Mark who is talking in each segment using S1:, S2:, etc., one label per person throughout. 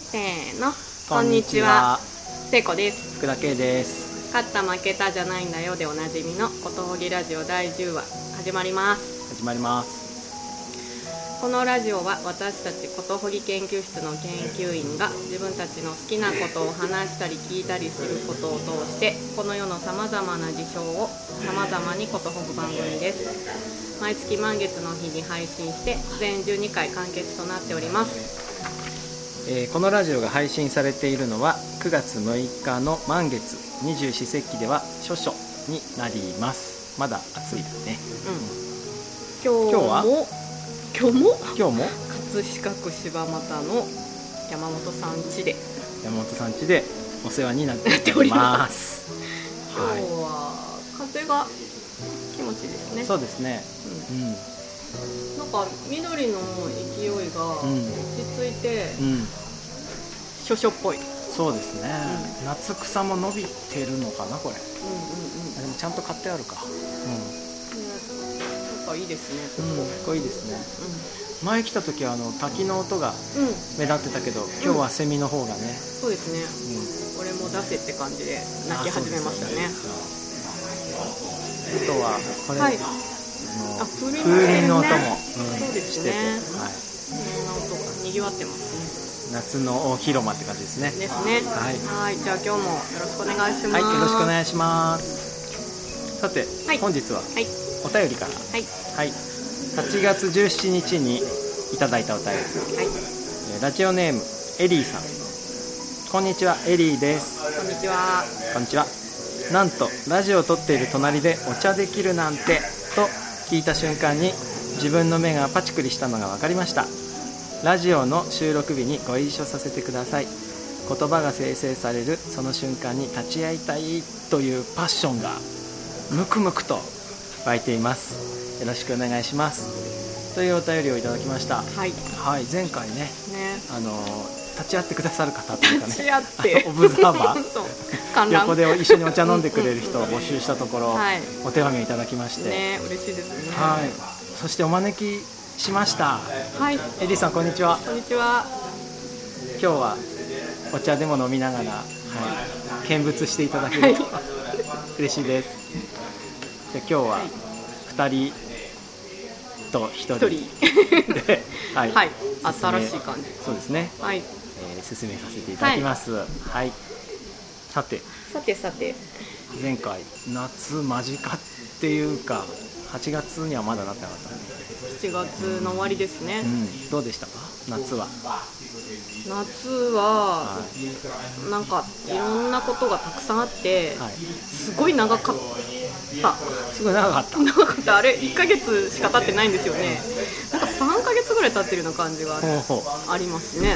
S1: せーの、
S2: こんにちは。
S1: 聖子です。
S2: 福田圭です。
S1: 勝った負けたじゃないんだよでおなじみのことほぎラジオ第10話始まります。
S2: 始まります。
S1: このラジオは私たちことほぎ研究室の研究員が自分たちの好きなことを話したり聞いたりすることを通してこの世のさまざまな事象をさまざまにことほぐ番組です。毎月満月の日に配信して全12回完結となっております。
S2: このラジオが配信されているのは9月6日の満月二十四節気では処暑になります。まだ暑いですね、
S1: 今日も
S2: 葛
S1: 飾区柴又の山本さん家で
S2: お世話になっております。
S1: 今日は風が気持ちいいですね。
S2: そうですね、
S1: なんか緑の勢いが落ち着いて、処暑っぽい。
S2: そうですね、夏草も伸びてるのかなこれ、でもちゃんと買ってあるか、
S1: なんかいいですね、
S2: ここいいですね、前来た時は滝の音が目立ってたけど、今日はセミの方がね、
S1: そうですね、これも出せって感じで鳴き始めましたね。
S2: あとはこれ、
S1: 風
S2: 鈴の音も、
S1: そうですね、風の音がにぎわってますね。
S2: 夏の大広間って感じですね。
S1: ですね。はい、じゃあ今日もよろしくお願いします。
S2: はい、よろしくお願いします。さて、本日はお便りから、8月17日にいただいたお便り、ラジオネームエリーさん。こんにちは、エリーです。
S1: こんにちは。
S2: こんにちは。なんとラジオを撮っている隣でお茶できるなんてと聞いた瞬間に自分の目がパチクリしたのが分かりました。ラジオの収録日にご一緒させてください。言葉が生成されるその瞬間に立ち会いたいというパッションがムクムクと湧いています。よろしくお願いしますというお便りをいただきました。前回ね、立ち会ってくださる方というかね、オブザーバー横で一緒にお茶飲んでくれる人を募集したところ、お手紙をいただきまして、
S1: 嬉しいですね。
S2: そしてお招きしました。エリーさん、こんにちは。
S1: こんにちは。
S2: 今日はお茶でも飲みながら、見物していただけると嬉しいです。で今日は2人と1人で、
S1: 新しい感じ。
S2: そうですね、進めさせていただきます。さて前回夏間近っていうか8月にはまだなってなかったね。
S1: 7月の終わりですね。
S2: どうでしたか、夏は。
S1: なんかいろんなことがたくさんあって、すごい長かった。あれ1ヶ月しか経ってないんですよね。なんか3ヶ月ぐらい経ってるような感じがありますね。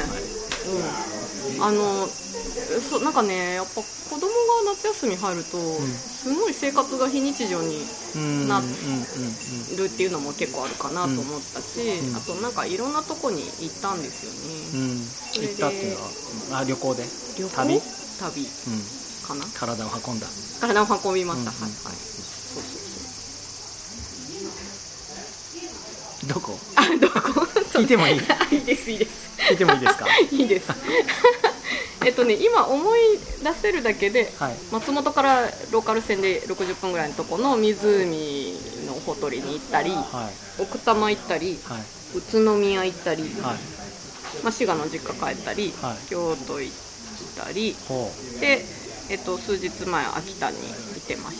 S1: なんかね、やっぱ子供が夏休み入ると、すごい生活が非日常になるっていうのも結構あるかなと思ったし、あとなんかいろんなとこに行ったんですよね。
S2: 行ったっていうのは旅行で旅
S1: かな。
S2: 体を運びました。どこ聞いてもいい？
S1: いいです。
S2: 聞いてもいいですか？
S1: いいです。今思い出せるだけで、松本からローカル線で60分ぐらいのとこの湖のほとりに行ったり、奥多摩行ったり、宇都宮行ったり、滋賀の実家帰ったり、京都行ったりで、数日前秋田にいてました。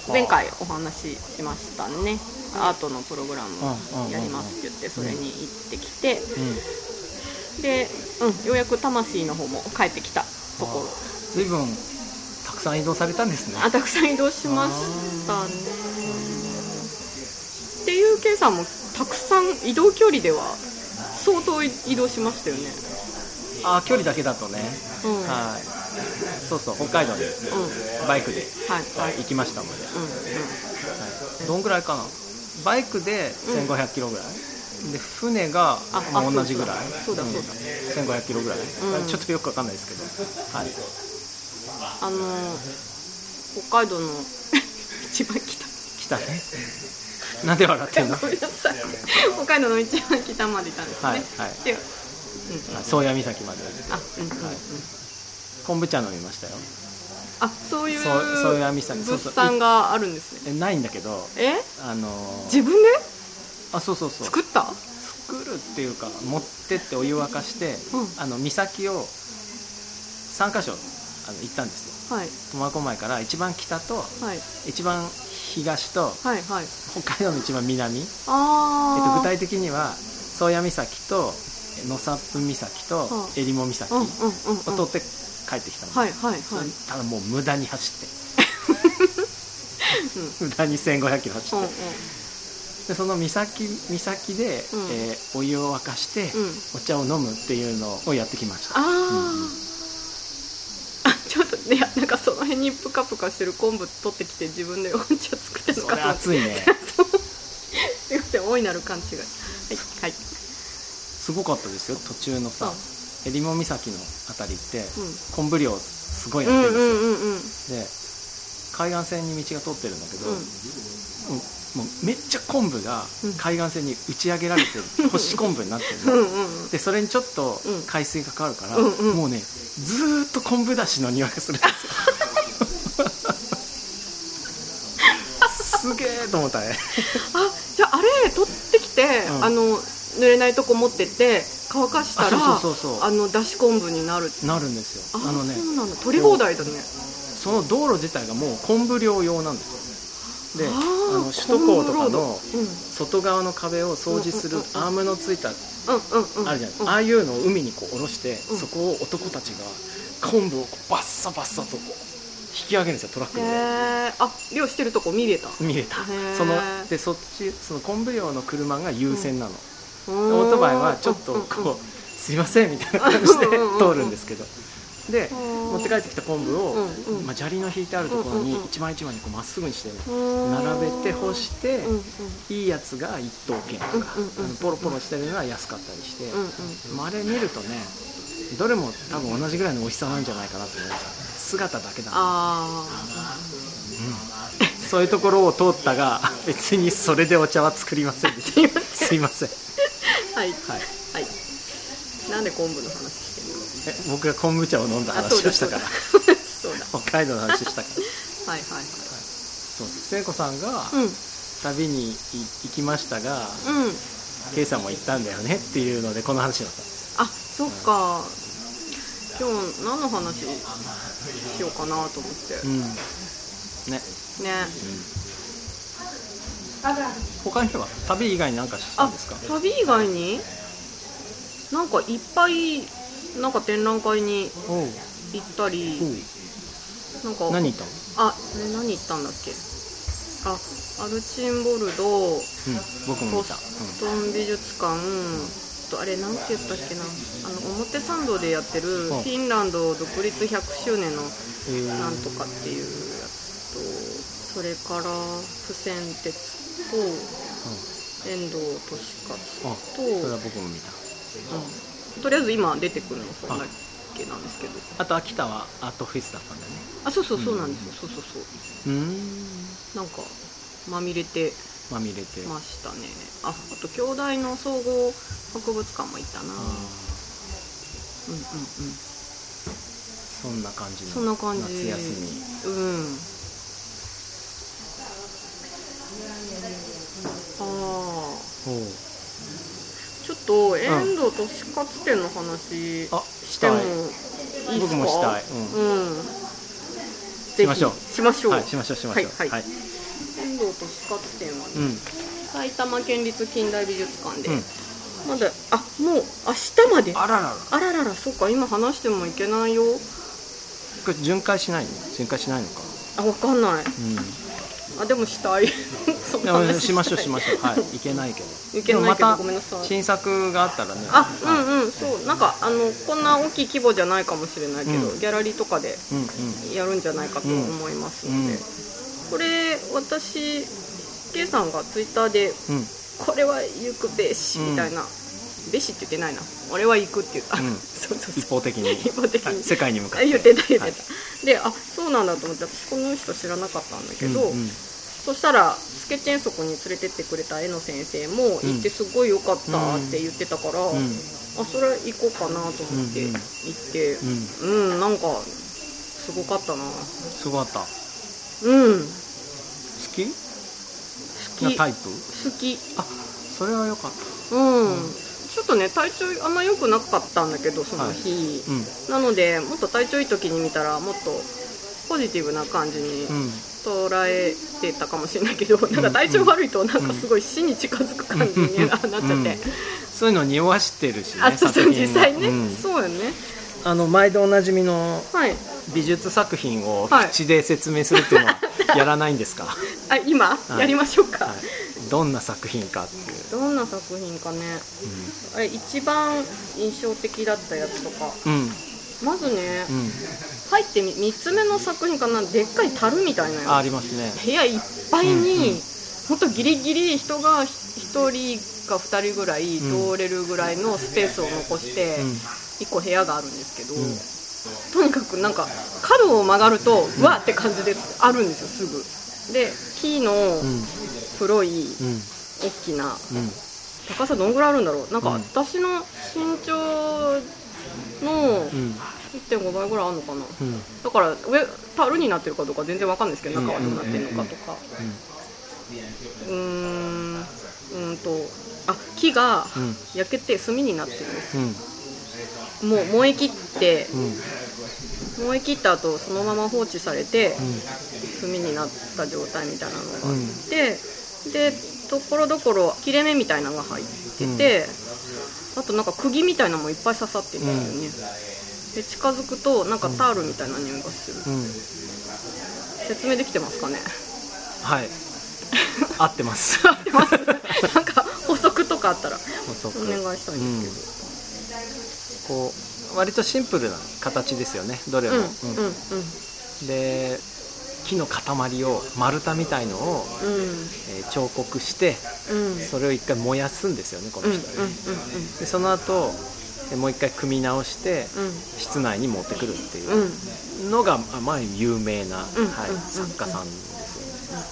S1: 前回お話ししましたね。アートのプログラムやりますって言って、それに行ってきて、で、ようやく魂の方も帰ってきたところ。
S2: 随分たくさん移動されたんですね。
S1: たくさん移動しましたね。っていう計算もたくさん移動距離では相当移動しましたよね。
S2: 距離だけだとね、そう北海道でバイクで行きましたので、どんぐらいかな。バイクで1500キロぐらいで、船が同じぐらい、1500キロぐらい、ちょっとよく分かんないですけど、
S1: 北海道の一番
S2: 北ね。なんで笑ってんの？
S1: ごめんなさい。北海道の一番北まで行ったんですね。で
S2: 宗谷岬まで。昆布茶飲みましたよ。
S1: そういう
S2: 宗谷岬
S1: 物産があるんですね。
S2: ないんだけど、
S1: 自分で
S2: そう
S1: 作った
S2: 作るっていうか、持ってってお湯沸かして、岬を3カ所行ったんですよ。苫小牧から一番北と、一番東と、北海道の一番南、具体的には宗谷岬と納沙布岬と襟裳岬を通って帰ってきたので、ただもう無駄に走って無駄に1500キロ走って、でその岬で、お湯を沸かして、お茶を飲むっていうのをやってきました。
S1: ちょっとね、なんかその辺にプカプカしてる昆布取ってきて自分でお茶作ってるのかと思って。
S2: それ熱いね
S1: すいません、大いなる勘違い。
S2: すごかったですよ。途中のさ、襟裳岬のあたりって、昆布漁すごいやってるんですよ。で、海岸線に道が通ってるんだけど、もうめっちゃ昆布が海岸線に打ち上げられてる、干し昆布になってるので、それにちょっと海水がかかるから、もうね、ずーっと昆布だしの匂いがするんですよすげえと思ったね
S1: じゃああれ取ってきて、濡れないとこ持ってって乾かしたら、だし昆布になるんですよ。そうなんだ、取り放題だね。
S2: その道路自体がもう昆布漁用なんですよ。で、首都高とかの外側の壁を掃除するアームのついたあるじゃないですか。ああいうのを海にこう下ろして、そこを男たちが昆布をバッサバッサとこう引き上げるんですよ、トラックで。
S1: 漁してるとこ見れた。
S2: でその昆布漁の車が優先なの。オートバイはちょっとこうすいませんみたいな感じで通るんですけど、で持って帰ってきた昆布を、砂利の引いてあるところに一枚一枚にこうまっすぐにして並べて干して、いいやつが一等券とか、ポロポロしてるのは安かったりして、あれ見るとね、どれも多分同じぐらいの美味しさなんじゃないかなと思います。姿だけだそういうところを通ったが、別にそれでお茶は作りませんでした。すいません。
S1: なんで昆布の話してるの？
S2: 僕が昆布茶を飲んだ話をしたから北海道の話したからそう、聖子さんが旅に行きましたが、ケイさんも行ったんだよねっていうのでこの話だった。
S1: そっか。今日何の話しようかなと思って。
S2: ね。他の人は旅以外に何かしたんですか？
S1: 旅以外になんかいっぱいなんか展覧会に行ったり、なんか
S2: 何行ったの？
S1: 何行ったんだっけ？アルチンボルド、
S2: 僕も見た。
S1: ボストン美術館、あれなんて言ったっけな、表参道でやってるフィンランド独立100周年のなんとかっていうやつと、それから不戦鉄と遠藤利勝と、
S2: それは僕も見た。
S1: とりあえず今出てくるのそんだけなんですけど、
S2: あと秋田はアートフェスだったんだよね。
S1: そうなんですよ。そうなんかまみれてましたね。あと兄弟の総合博物館も行ったな。
S2: そんな感じ
S1: の夏
S2: 休み。
S1: ちょっと遠藤利勝店の話してもいいですか？
S2: 僕もしたい。
S1: しましょう。
S2: 遠藤利勝
S1: 店はね、埼玉県立近代美術館で、まだもう明日まで。あらら、そっか、今話してもいけないよ。
S2: これ巡回しないのか。
S1: 分かんない。でもしたい。
S2: しましょう。いけないけど。
S1: またごめんなさい。
S2: 新作があったらね。
S1: そうなんかこんな大きい規模じゃないかもしれないけど、ギャラリーとかでやるんじゃないかと思いますので、これ私 K さんがツイッターでこれは行くべしみたいな、べしって言ってないな、俺は行くって言った。
S2: 一方的に世界に向かって
S1: 言ってた。でそうなんだと思って、私この人知らなかったんだけど、そしたらスケッチ遠足に連れてってくれた絵の先生も行ってすごい良かったって言ってたから、 それ行こうかなと思って行って、なんかすごかったな。
S2: すごかった。好きなタイプ？
S1: 好き。
S2: それは良かった。
S1: ちょっとね体調あんま良くなかったんだけどその日、なのでもっと体調いい時に見たらもっとポジティブな感じに捉えてたかもしれないけど、なんか体調悪いとなんかすごい死に近づく感じになっちゃって、
S2: そういうの匂わしてるしね。
S1: そう実際ね、そうよね。
S2: 毎度おなじみの美術作品を口で説明するっていうのはやらないんですか？
S1: 今、やりましょうか。
S2: どんな作品かっていう。
S1: どんな作品かね、一番印象的だったやつとか、まずね、入って3つ目の作品かな、でっかい樽みたいなやつ
S2: ありますね。
S1: 部屋いっぱいに、ほんとギリギリ人が1人か2人ぐらい通れるぐらいのスペースを残して、1個部屋があるんですけど、とにかくなんか角を曲がるとうわって感じであるんですよ、すぐで。木の黒い大きな、高さどんぐらいあるんだろう、なんか私の身長の 1.5 倍ぐらいあるのかな、だから上樽になってるかどうか全然わかんないですけど、中はどうなってるのかとか、木が焼けて炭になってるんです、もう燃え切った後そのまま放置されて、炭になった状態みたいなのがあって、でところどころ切れ目みたいなのが入ってて、あとなんか釘みたいなのもいっぱい刺さってるんですよね。で近づくとなんかタールみたいな匂いがする、説明できてますかね？
S2: はい、合ってます
S1: 合ってますなんか補足とかあったらお願いしたいんですけど、
S2: こう割とシンプルな形ですよね、どれも。で木の塊を丸太みたいのを、彫刻して、それを一回燃やすんですよね、この人。でその後もう一回組み直して、室内に持ってくるっていうのが、有名な、作家さんですよ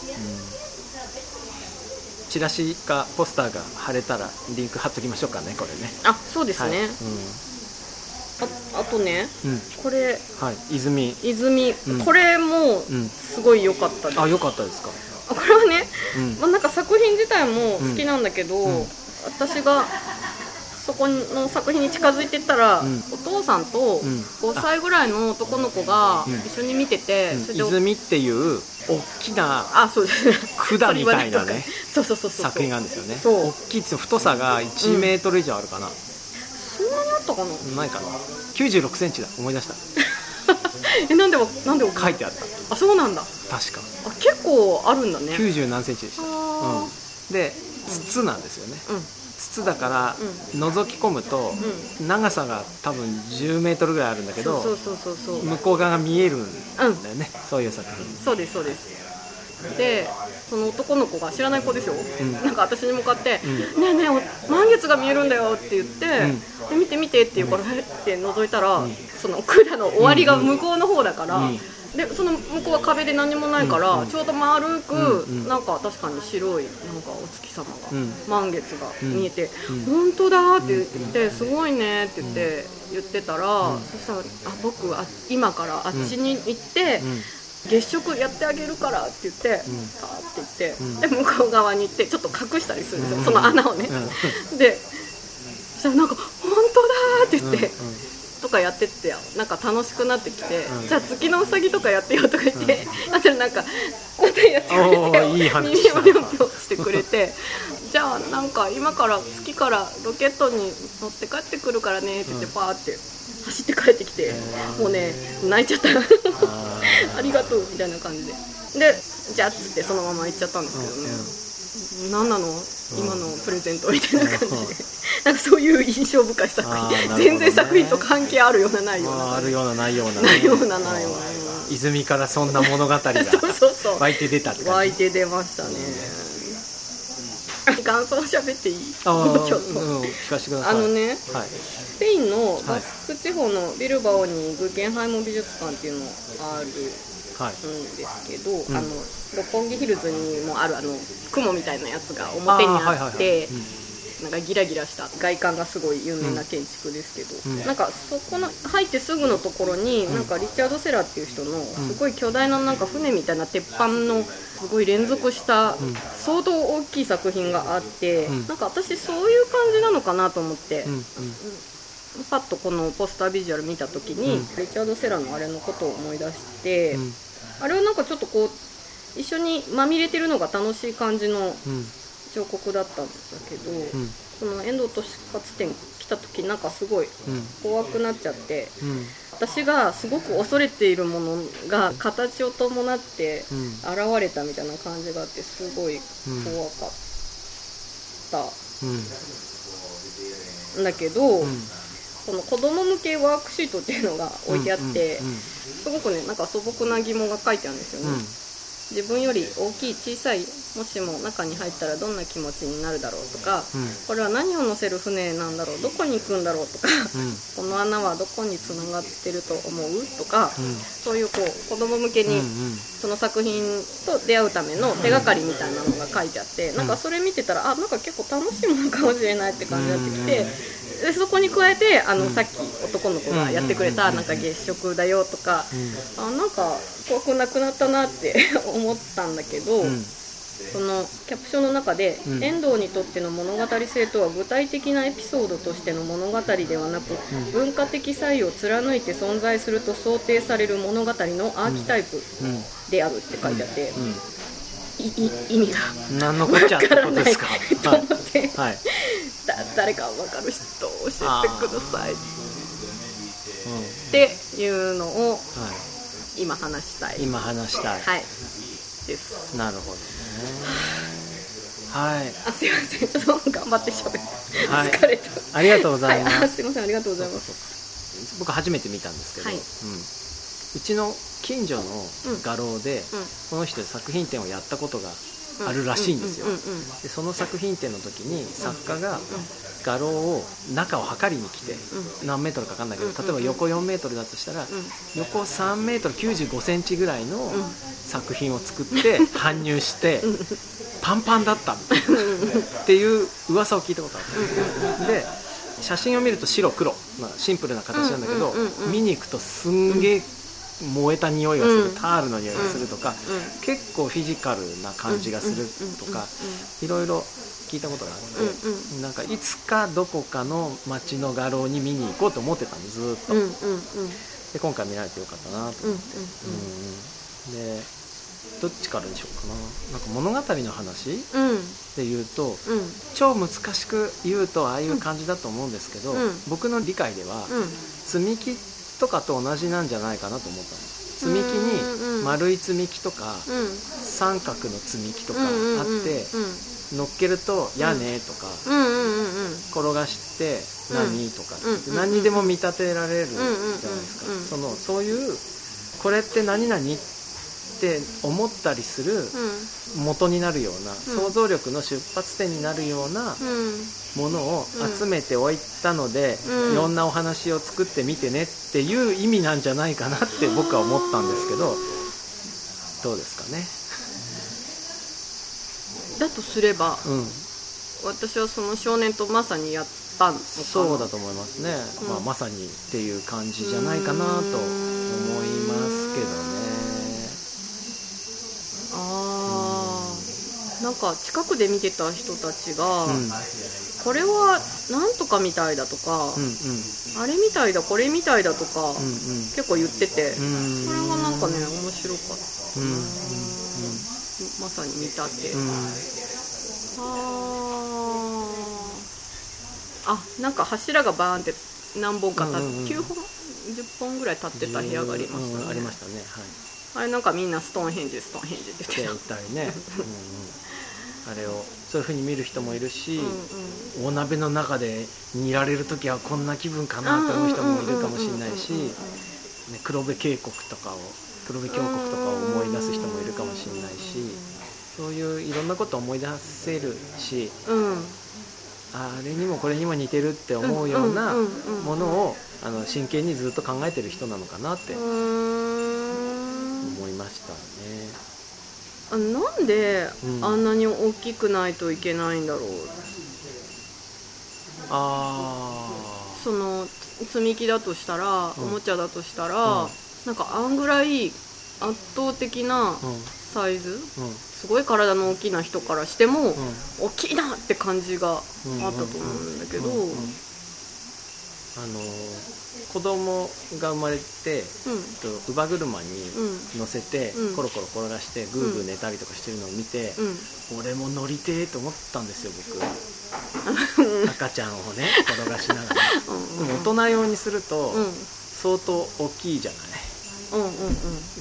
S2: ね。チラシかポスターが貼れたらリンク貼っときましょうかね、これね。
S1: そうですね。あとね、これ、
S2: 泉、
S1: これもすごい良かったです。
S2: 良かったですか。
S1: これはね、なんか作品自体も好きなんだけど、私がそこの作品に近づいていったら、お父さんと5歳ぐらいの男の子が一緒に見てて、
S2: 泉っていう大きな管みたいなね作品があるんですよね。大きいですよ、太さが1メートル以上あるかな。
S1: そんなにあったかな。
S2: ないかな。96センチだ、思い出した
S1: なんで
S2: 書いてあった。
S1: そうなんだ。
S2: 確か
S1: 結構あるんだね。
S2: 90何センチでした。で筒なんですよね。筒だから覗き込むと長さが多分10メートルぐらいあるんだけど、向こう側が見えるんだよね、そういう作品。
S1: そうですそうです。でその男の子が知らない子ですよ、なんか私に向かって「ねえねえ満月が見えるんだよ」って言って「で見て見て」って言うからって覗いたら、その管の終わりが向こうの方だから、でその向こうは壁で何もないから、ちょうど丸くなんか確かに白いなんかお月様が、満月が見えて「本当だ」って言って「すごいね」って言ってたら、そしたら「僕今からあっちに行って月食やってあげるから」って言ってパーって言って、で向こう側に行ってちょっと隠したりするんですよ、その穴をね。でそしたらなんか「本当だ」って言ってとかやってってなんか楽しくなってきて、じゃあ月のうさぎとかやってよとか言って、あとなんかこうやってやってくれて耳をぴょんぴょんしてくれて、じゃあなんか今から月からロケットに乗って帰ってくるからねって言ってパーって走って帰ってきて、もうね泣いちゃったありがとうみたいな感じで、じゃあっつってそのまま行っちゃったんですけどね、何なの今のプレゼントみたいな感じでなんかそういう印象深い作品、全然作品と関係あるようなないような、
S2: あるようなないような
S1: ないようなないような、
S2: 泉からそんな物語が湧いて出たって
S1: 湧いて出ましたね。感想喋っていい？ちょっと
S2: 聞かせてください。
S1: スペインのバスク地方のビルバオにグゲンハイム美術館っていうのがあるんですけど、六本木ヒルズにもある雲みたいなやつが表にあって、 なんかギラギラした外観がすごい有名な建築ですけど、なんかそこの入ってすぐのところに、なんかリチャード・セラーっていう人のすごい巨大ななんか船みたいな鉄板のすごい連続した相当大きい作品があって、なんか私そういう感じなのかなと思って、パッとこのポスタービジュアル見た時に、リチャード・セラーのあれのことを思い出して、あれはなんかちょっとこう一緒にまみれてるのが楽しい感じの彫刻だったんだけど、この遠藤利勝展来た時なんかすごい怖くなっちゃって、私がすごく恐れているものが形を伴って現れたみたいな感じがあって、すごい怖かったんだけど、この子供向けワークシートっていうのが置いてあって、すごくねなんか素朴な疑問が書いてあるんですよね。自分より大きい小さいもしも中に入ったらどんな気持ちになるだろうとか、これは何を乗せる船なんだろう、どこに行くんだろうとか、この穴はどこにつながってると思うとか、そういうこう子供向けにその作品と出会うための手がかりみたいなのが書いてあって、なんかそれ見てたらなんか結構楽しいものかもしれないって感じになってきて、でそこに加えてさっき男の子がやってくれたなんか月食だよとか、なんか怖くなくなったなって思ったんだけど、そのキャプションの中で、遠藤にとっての物語性とは具体的なエピソードとしての物語ではなく、文化的差異を貫いて存在すると想定される物語のアーキタイプであるって書いてあって、意味が
S2: 何のこっちゃってことですか
S1: と思って、誰か分かる人教えてくださいっていうのを今話したい。はいです。
S2: なるほどね。はい。
S1: すいません、ちょっと頑張って喋って、
S2: はい、
S1: 疲れた。
S2: ありがとうございます。
S1: すいません、ありがとうございます。
S2: 僕初めて見たんですけど、うちの近所の画廊で、この人で作品展をやったことがあるらしいんですよ。でその作品展の時に作家が画廊を中を測りに来て、何メートルか分かんないけど、例えば横4メートルだとしたら、横3メートル95センチぐらいの作品を作って搬入してパンパンだったっていう噂を聞いたことある。で写真を見ると白黒、シンプルな形なんだけど、見に行くとすんげえ燃えた匂いがする、タールの匂いがするとか、結構フィジカルな感じがするとか、いろいろ聞いたことがあって、なんかいつかどこかの街の画廊に見に行こうと思ってたんです、ずっと。で今回見られてよかったなと思って、でどっちからにしようかな。なんか物語の話で言うと、超難しく言うとああいう感じだと思うんですけど、僕の理解では、積み木とかと同じなんじゃないかなと思ったの。積み木に丸い積み木とか、三角の積み木とかあって、乗っけると屋根とか、転がして何とか、何にでも見立てられるじゃないですか。そういうこれって何々って思ったりする元になるような、想像力の出発点になるようなものを集めておいたので、いろんなお話を作ってみてねっていう意味なんじゃないかなって僕は思ったんですけど、どうですかね。
S1: だとすれば、私はその少年とまさにやったのかな。
S2: そうだと思いますね。まさにっていう感じじゃないかなと思いますけどね。
S1: なんか近くで見てた人たちが、これはなんとかみたいだとか、あれみたいだこれみたいだとか、結構言ってて、それはなんかね面白かった、まさに見たって、なんか柱がバーンって何本か立って、9本10本ぐらい立ってた部屋がありましたね。
S2: ありましたね。
S1: あれなんかみんなストーンヘンジって言って
S2: たりね。あれをそういう風に見る人もいるし、大鍋の中で煮られる時はこんな気分かなと思う人もいるかもしれないし、黒部渓谷とかを思い出す人もいるかもしれないし、そういういろんなことを思い出せるし、あれにもこれにも似てるって思うようなものを真剣にずっと考えてる人なのかなって思いましたね。
S1: なんであんなに大きくないといけないんだろうっその積み木だとしたら、おもちゃだとしたら、なんかあんぐらい圧倒的なサイズ、すごい体の大きな人からしても、大きいなって感じがあったと思うんだけど、
S2: 子供が生まれて、乳母車に乗せて、コロコロ転がしてグーグー寝たりとかしてるのを見て、俺も乗りてーと思ったんですよ僕赤ちゃんをね転がしながらでも大人用にすると相当大きいじゃない、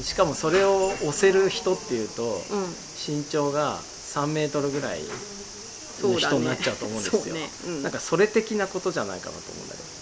S2: しかもそれを押せる人っていうと、身長が3メートルぐらいの人になっちゃうと思うんですよ、なんかそれ的なことじゃないかなと思うんだけど、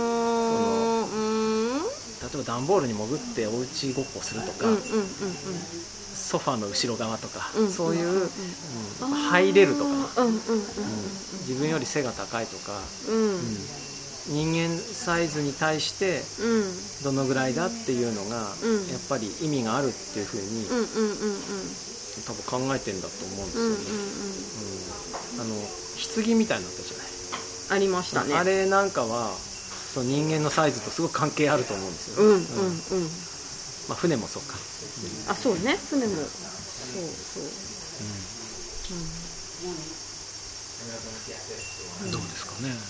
S2: 例えば段ボールに潜っておうちごっこするとか、ソファーの後ろ側とか、そういう、入れるとか、自分より背が高いとか、人間サイズに対してどのぐらいだっていうのが、やっぱり意味があるっていうふうに多分考えてるんだと思うんですよね。棺みたいになったじゃない、
S1: ありましたね。
S2: あれなんかはその人間のサイズとすごく関係あると思うんですよね。船もそうか、
S1: そうね、船もそう
S2: どうですかね。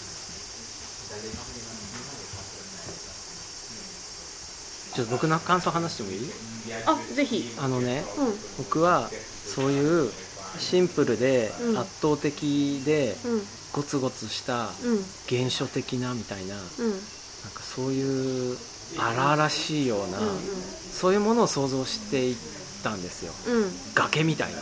S2: ちょっと僕の感想話してもいい？
S1: ぜひ。
S2: 僕はそういうシンプルで圧倒的でゴツゴツした原初的なみたいな、なんかそういう荒々しいような、そういうものを想像していったんですよ、崖みたいな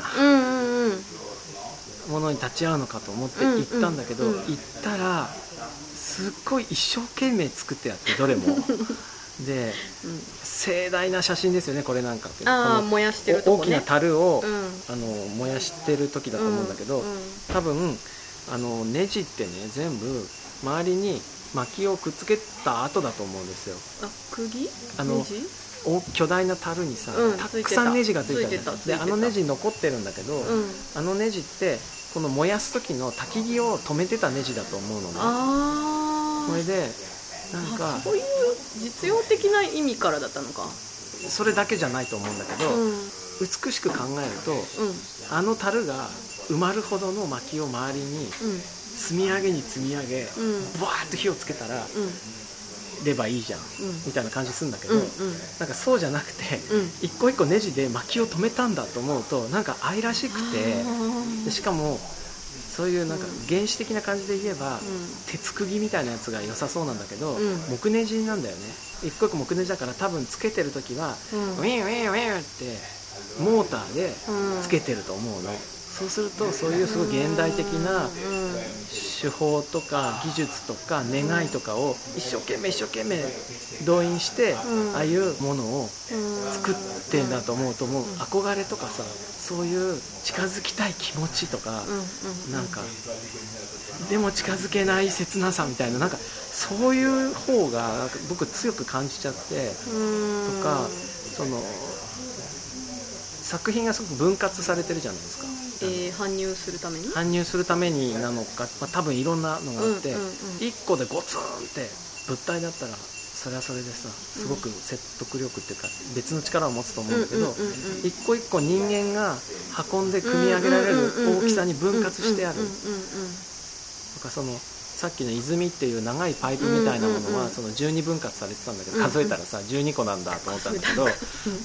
S2: ものに立ち会うのかと思って行ったんだけど、行ったらすっごい一生懸命作ってあって、どれもで、盛大な写真ですよね、これなんか。
S1: 燃やしてるとこね、
S2: 大きな樽を、燃やしてる時だと思うんだけど、多分ネジってね、全部周りに薪をくっつけた後だと思うんですよ。
S1: 釘？
S2: 巨大な樽にさ、たくさんネジがついてたで、ネジ残ってるんだけど、ネジってこの燃やす時の焚き木を止めてたネジだと思うのね。それでなんか
S1: そういう実用的な意味からだったのか。
S2: それだけじゃないと思うんだけど、美しく考えると、樽が埋まるほどの薪を周りに積み上げに積み上げ、バーッと火をつけたら、ればいいじゃん、みたいな感じするんだけど、なんかそうじゃなくて、一個一個ネジで薪を止めたんだと思うと、なんか愛らしくて、でしかもそういうなんか原始的な感じで言えば、鉄釘みたいなやつが良さそうなんだけど、木ネジなんだよね。一個一個木ネジだから、多分つけてる時は、ウィンウィンウィンってモーターでつけてると思うの。そうすると、そういうすごい現代的な手法とか技術とか願いとかを一生懸命動員して、ああいうものを作ってんだと思うと、もう憧れとかさ、そういう近づきたい気持ちとか、なんかでも近づけない切なさみたいな、なんかそういう方が僕強く感じちゃって、とか、その作品がすごく分割されてるじゃないですか。
S1: 搬入するために
S2: なのか、多分いろんなのがあって、1個でゴツンって物体だったらそれはそれでさ、すごく説得力っていうか別の力を持つと思うんだけど、一個一個人間が運んで組み上げられる大きさに分割してあるとか、そのさっきの泉っていう長いパイプみたいなものはその12分割されてたんだけど、数えたらさ12個なんだと思ったんだけど、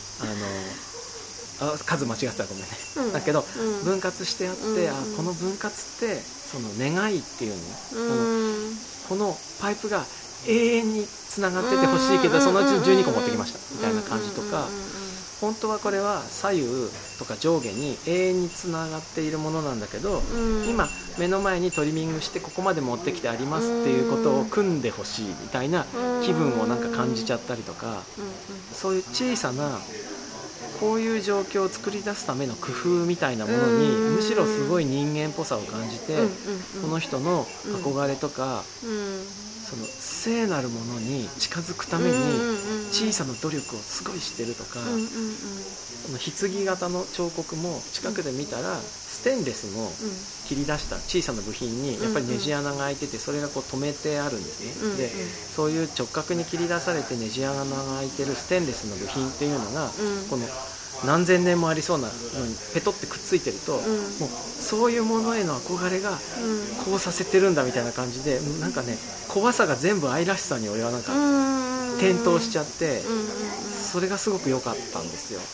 S2: 数間違ってたらごめんね、だけど分割してあって、この分割ってその願いっていうの、このパイプが永遠につながっててほしいけど、そのうち12個持ってきましたみたいな感じとか、本当はこれは左右とか上下に永遠につながっているものなんだけど、今目の前にトリミングしてここまで持ってきてありますっていうことを組んでほしいみたいな気分をなんか感じちゃったりとか、そういう小さなこういう状況を作り出すための工夫みたいなものにむしろすごい人間っぽさを感じて、この人の憧れとか、その聖なるものに近づくために小さな努力をすごいしてるとか、棺型の彫刻も近くで見たら、ステンレスの切り出した小さな部品にやっぱりネジ穴が開いてて、それがこう止めてあるんですね。でそういう直角に切り出されてネジ穴が開いてるステンレスの部品っていうのが、この何千年もありそうなのにペトってくっついてると、もうそういうものへの憧れがこうさせてるんだみたいな感じで、なんかね、怖さが全部愛らしさに俺はなんか転倒しちゃって、それがすごく良かったんですよ。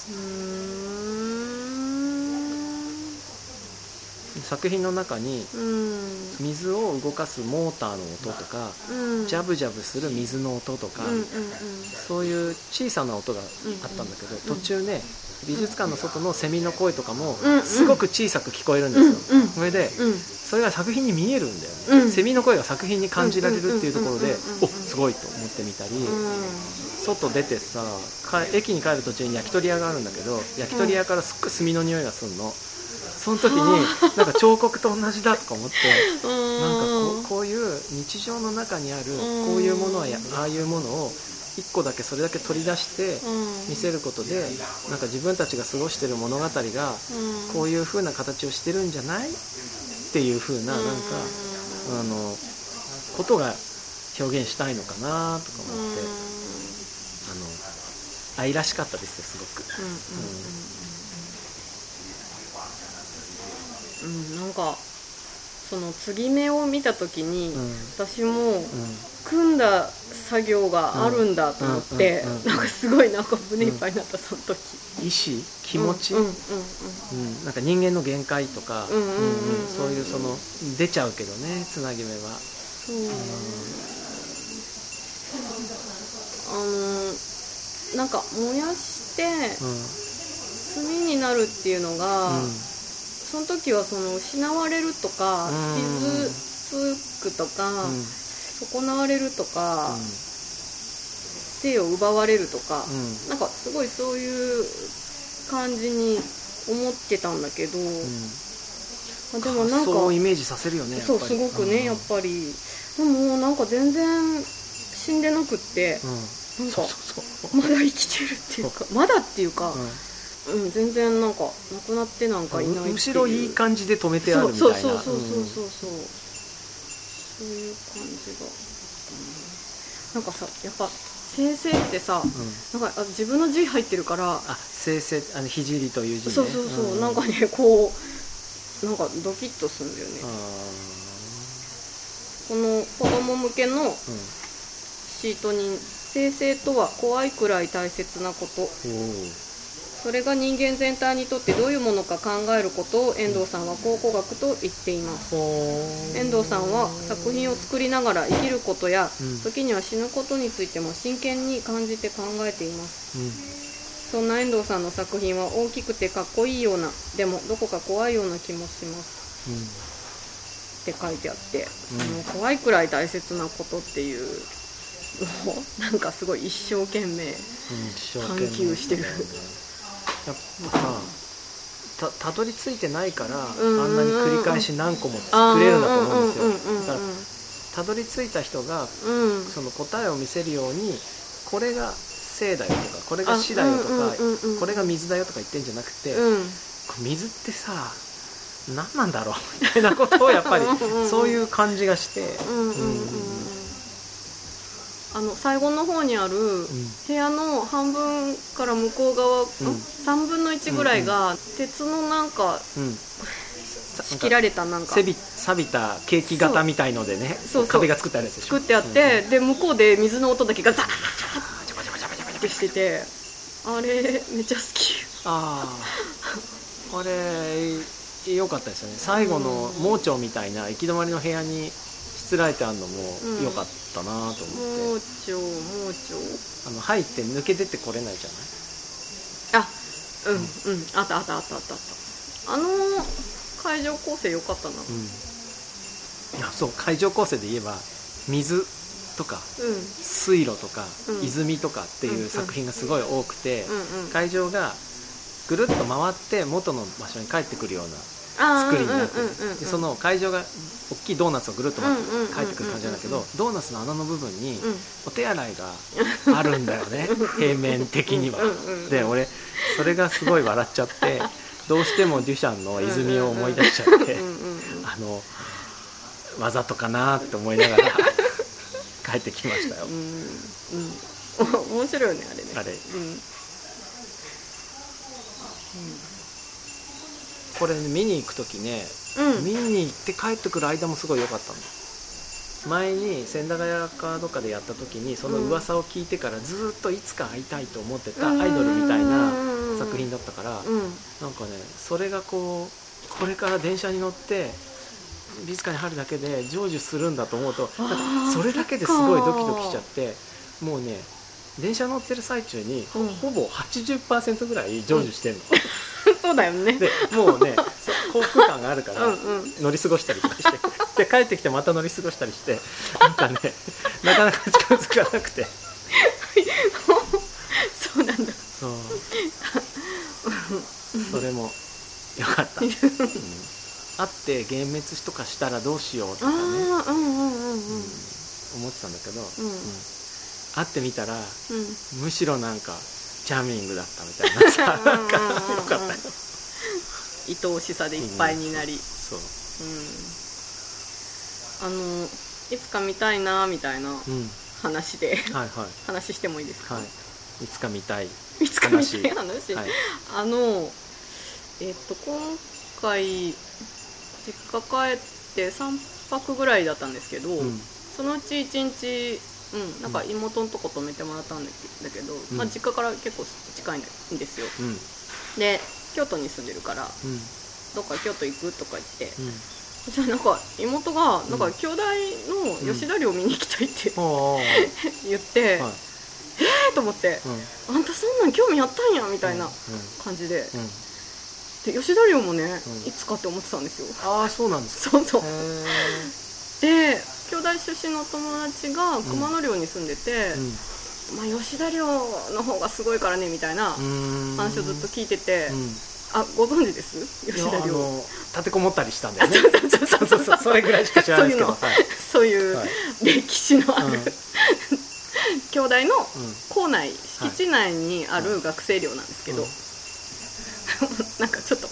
S2: 作品の中に水を動かすモーターの音とか、ジャブジャブする水の音とか、そういう小さな音があったんだけど、途中ね、美術館の外のセミの声とかもすごく小さく聞こえるんですよ。それでそれが作品に見えるんだよね。セミの声が作品に感じられるっていうところで、お、すごいと思ってみたり、外出てさ、駅に帰る途中に焼き鳥屋があるんだけど、焼き鳥屋からすっごい炭の匂いがするの。その時になんか彫刻と同じだとか思って、なんかこういう日常の中にあるこういうものはああいうものを一個だけそれだけ取り出して見せることで、なんか自分たちが過ごしている物語がこういう風な形をしてるんじゃないっていう風な、なんかことが表現したいのかなとか思って、愛らしかったですよ、すごく。
S1: なんかその継ぎ目を見た時に、私も組んだ作業があるんだと思って、なんかすごいなんか胸いっぱいになった、その時。
S2: 意志、気持ち、なんか人間の限界とか、そういうその出ちゃうけどね、つなぎ目は。
S1: なんか燃やして炭になるっていうのが、その時はその失われるとか、傷つくとか、損なわれるとか、生を奪われるとか、なんかすごいそういう感じに思ってたんだけど、でもなんか
S2: そうイメージさせるよね、
S1: そう、すごくね、やっぱり。でもなんか全然死んでなくって、なんかまだ生きてるっていうか、まだっていうか、全然なんかなくなってなんかいないっていう、
S2: むしろいい感じで止めてあるみたいな、
S1: そういう感じが、なんかさ、やっぱ生成ってさ、なんか自分の字入ってるから、
S2: 生成、聖という字ね。
S1: そう、なんかね、こうなんかドキッとするんだよね。この子供向けのシートに、生成とは怖いくらい大切なこと、それが人間全体にとってどういうものか考えることを遠藤さんは考古学と言っています。遠藤さんは作品を作りながら生きることや、時には死ぬことについても真剣に感じて考えています。そんな遠藤さんの作品は大きくてかっこいいような、でもどこか怖いような気もします、って書いてあって、怖いくらい大切なことっていうのをなんかすごい一生懸命探求してる。
S2: やっぱさ、たどり着いてないから、あんなに繰り返し何個も作れるんだと思うんですよ。だからたどり着いた人が、その答えを見せるように、これが生だよとか、これが死だよとか、これが水だよとか言ってんじゃなくて、水ってさ何なんだろうみたいなことをやっぱりそういう感じがして、
S1: 最後の方にある部屋の半分から向こう側、3分の1ぐらいが鉄のなんか仕切られた、なんか
S2: 錆びたケーキ型みたいのでね、壁が作ってあるやつでしょ。
S1: 作ってあって、で向こうで水の音だけがザーッってしてて、あれめっちゃ好き。
S2: あれ良かったですよね。最後の盲腸みたいな行き止まりの部屋にしつらえてあるのも良かったなと思って。
S1: 盲腸
S2: 入って抜け出てこれないじゃない。
S1: あった会場構成良かったな。
S2: そう、会場構成で言えば水とか、水路とか、泉とかっていう作品がすごい多くて、会場がぐるっと回って元の場所に帰ってくるような作りになってる。でその会場が大きいドーナツをぐるっと回って帰ってくる感じなんだけど、ドーナツの穴の部分にお手洗いがあるんだよね平面的には。で俺それがすごい笑っちゃってどうしてもデュシャンの泉を思い出しちゃってわざとかなって思いながら帰ってきましたよ。
S1: 面白いよねあれね。
S2: あれ、これ、ね、見に行く時ね、見に行って帰ってくる間もすごい良かったの。前に千駄ヶ谷かどっかでやった時にその噂を聞いてからずっといつか会いたいと思ってたアイドルみたいな作品だったから、なんかねそれがこれから電車に乗って美術館に入るだけで成就するんだと思うと、なんかそれだけですごいドキドキしちゃって、もうね電車乗ってる最中にほぼ 80% ぐらい成就してんの。
S1: そうだよね。
S2: でもうね幸福感があるから乗り過ごしたりとかしてで帰ってきてまた乗り過ごしたりしてなんかねなかなか近づかなくて
S1: そうなんだ。
S2: そうそれもよかった、会って幻滅とかしたらどうしようとかね思ってたんだけど、会ってみたら、むしろなんかチャーミングだったみたいなさなんかよかったよ。
S1: 愛おしさでいっぱいになり、
S2: そう、
S1: いつか見たいなみたいな話で、
S2: はいはい、
S1: 話してもいいですか？
S2: はい、いつか見たい
S1: いつか見たい話、
S2: はい、
S1: 今回実家帰って3泊ぐらいだったんですけど、そのうち1日なんか妹のとこ泊めてもらったんだけど、実家から結構近いんですよ、で京都に住んでるから、どっか京都行くとか言って、そしたらなんか妹がなんか兄弟の吉田寮見に行きたいって言って、と思って、あんたそんなん興味あったんやみたいな感じで、で吉田寮もね、いつかって思ってたんですよ。
S2: ああそうなんですか。
S1: そうで兄弟出身の友達が熊野寮に住んでて、吉田寮の方がすごいからねみたいな話をずっと聞いてて、ご存知です？吉田寮
S2: 立てこもったりしたんだよね。そうそれぐらいしか知らないですけど、
S1: そういう歴史のある兄弟の校内、敷地内にある学生寮なんですけど、なんかちょっと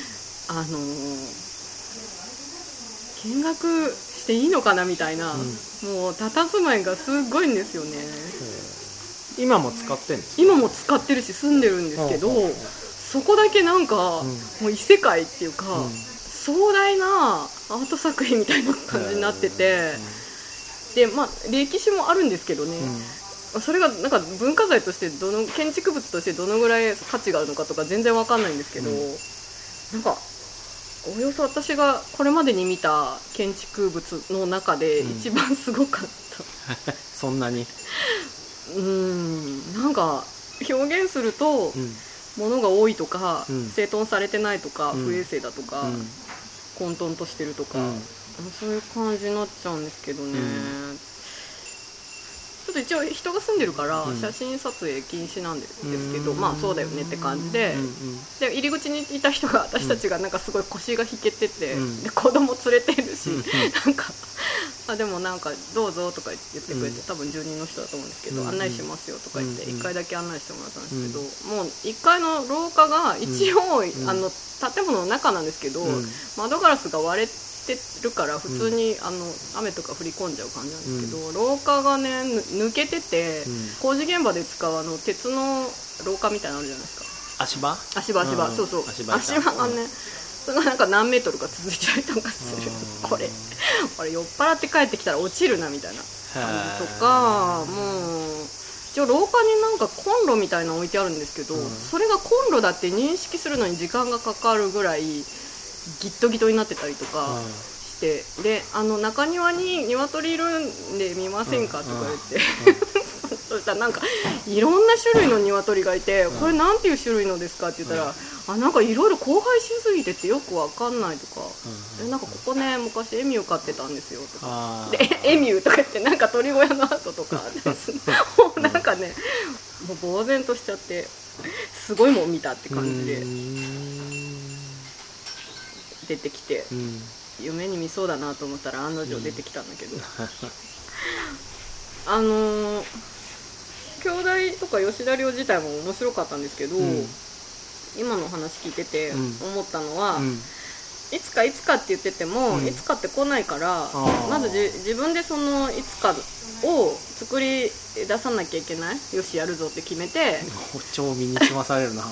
S1: 見学していいのかなみたいな、もう佇まいがすごいんですよね。
S2: 今も使ってるんですか？
S1: 今も使ってるし住んでるんですけど、そこだけなんか、もう異世界っていうか、壮大なアート作品みたいな感じになってて、で歴史もあるんですけどね、それがなんか文化財として建築物としてどのぐらい価値があるのかとか全然わかんないんですけど、なんかおよそ私がこれまでに見た建築物の中で一番すごかった、
S2: そんなに
S1: なんか表現すると、物が多いとか、整頓されてないとか、不衛生だとか、混沌としてるとか、そういう感じになっちゃうんですけどね、ちょっと一応人が住んでるから写真撮影禁止なんですけど、そうだよねって感じで、で入り口にいた人が私たちがなんかすごい腰が引けてて、で子供連れてるし、なんかでもなんかどうぞとか言ってくれて、多分住人の人だと思うんですけど、案内しますよとか言って1回だけ案内してもらったんですけど、もう1階の廊下が一応、建物の中なんですけど、窓ガラスが割れてるから普通に、雨とか降り込んじゃう感じなんですけど、廊下がね抜けてて、工事現場で使う鉄の廊下みたいなのあるじゃないですか。足場、そうそう、足場がね、それがなんか何メートルか続いちゃいとかするこれ酔っ払って帰ってきたら落ちるなみたいな感じとか、もう一応廊下になんかコンロみたいなの置いてあるんですけど、それがコンロだって認識するのに時間がかかるぐらいギットギトになってたりとかして、で中庭に鶏いるんで見ませんかとか言ってそしたらなんかいろんな種類の鶏がいて、これなんていう種類のですかって言ったら、なんかいろいろ交配しすぎててよくわかんないとか、なんかここね昔エミュー飼ってたんですよとか、でエミューとか言ってなんか鳥小屋の跡とかもうなんかね、もう呆然としちゃって、すごいもん見たって感じで、 出てきて、夢に見そうだなと思ったら案の定出てきたんだけど、兄弟とか吉田寮自体も面白かったんですけど、今の話聞いてて思ったのは、いつかいつかって言ってても、いつかって来ないから、まず自分でそのいつかを作り出さなきゃいけない、よしやるぞって決めて、
S2: 超身につまされるな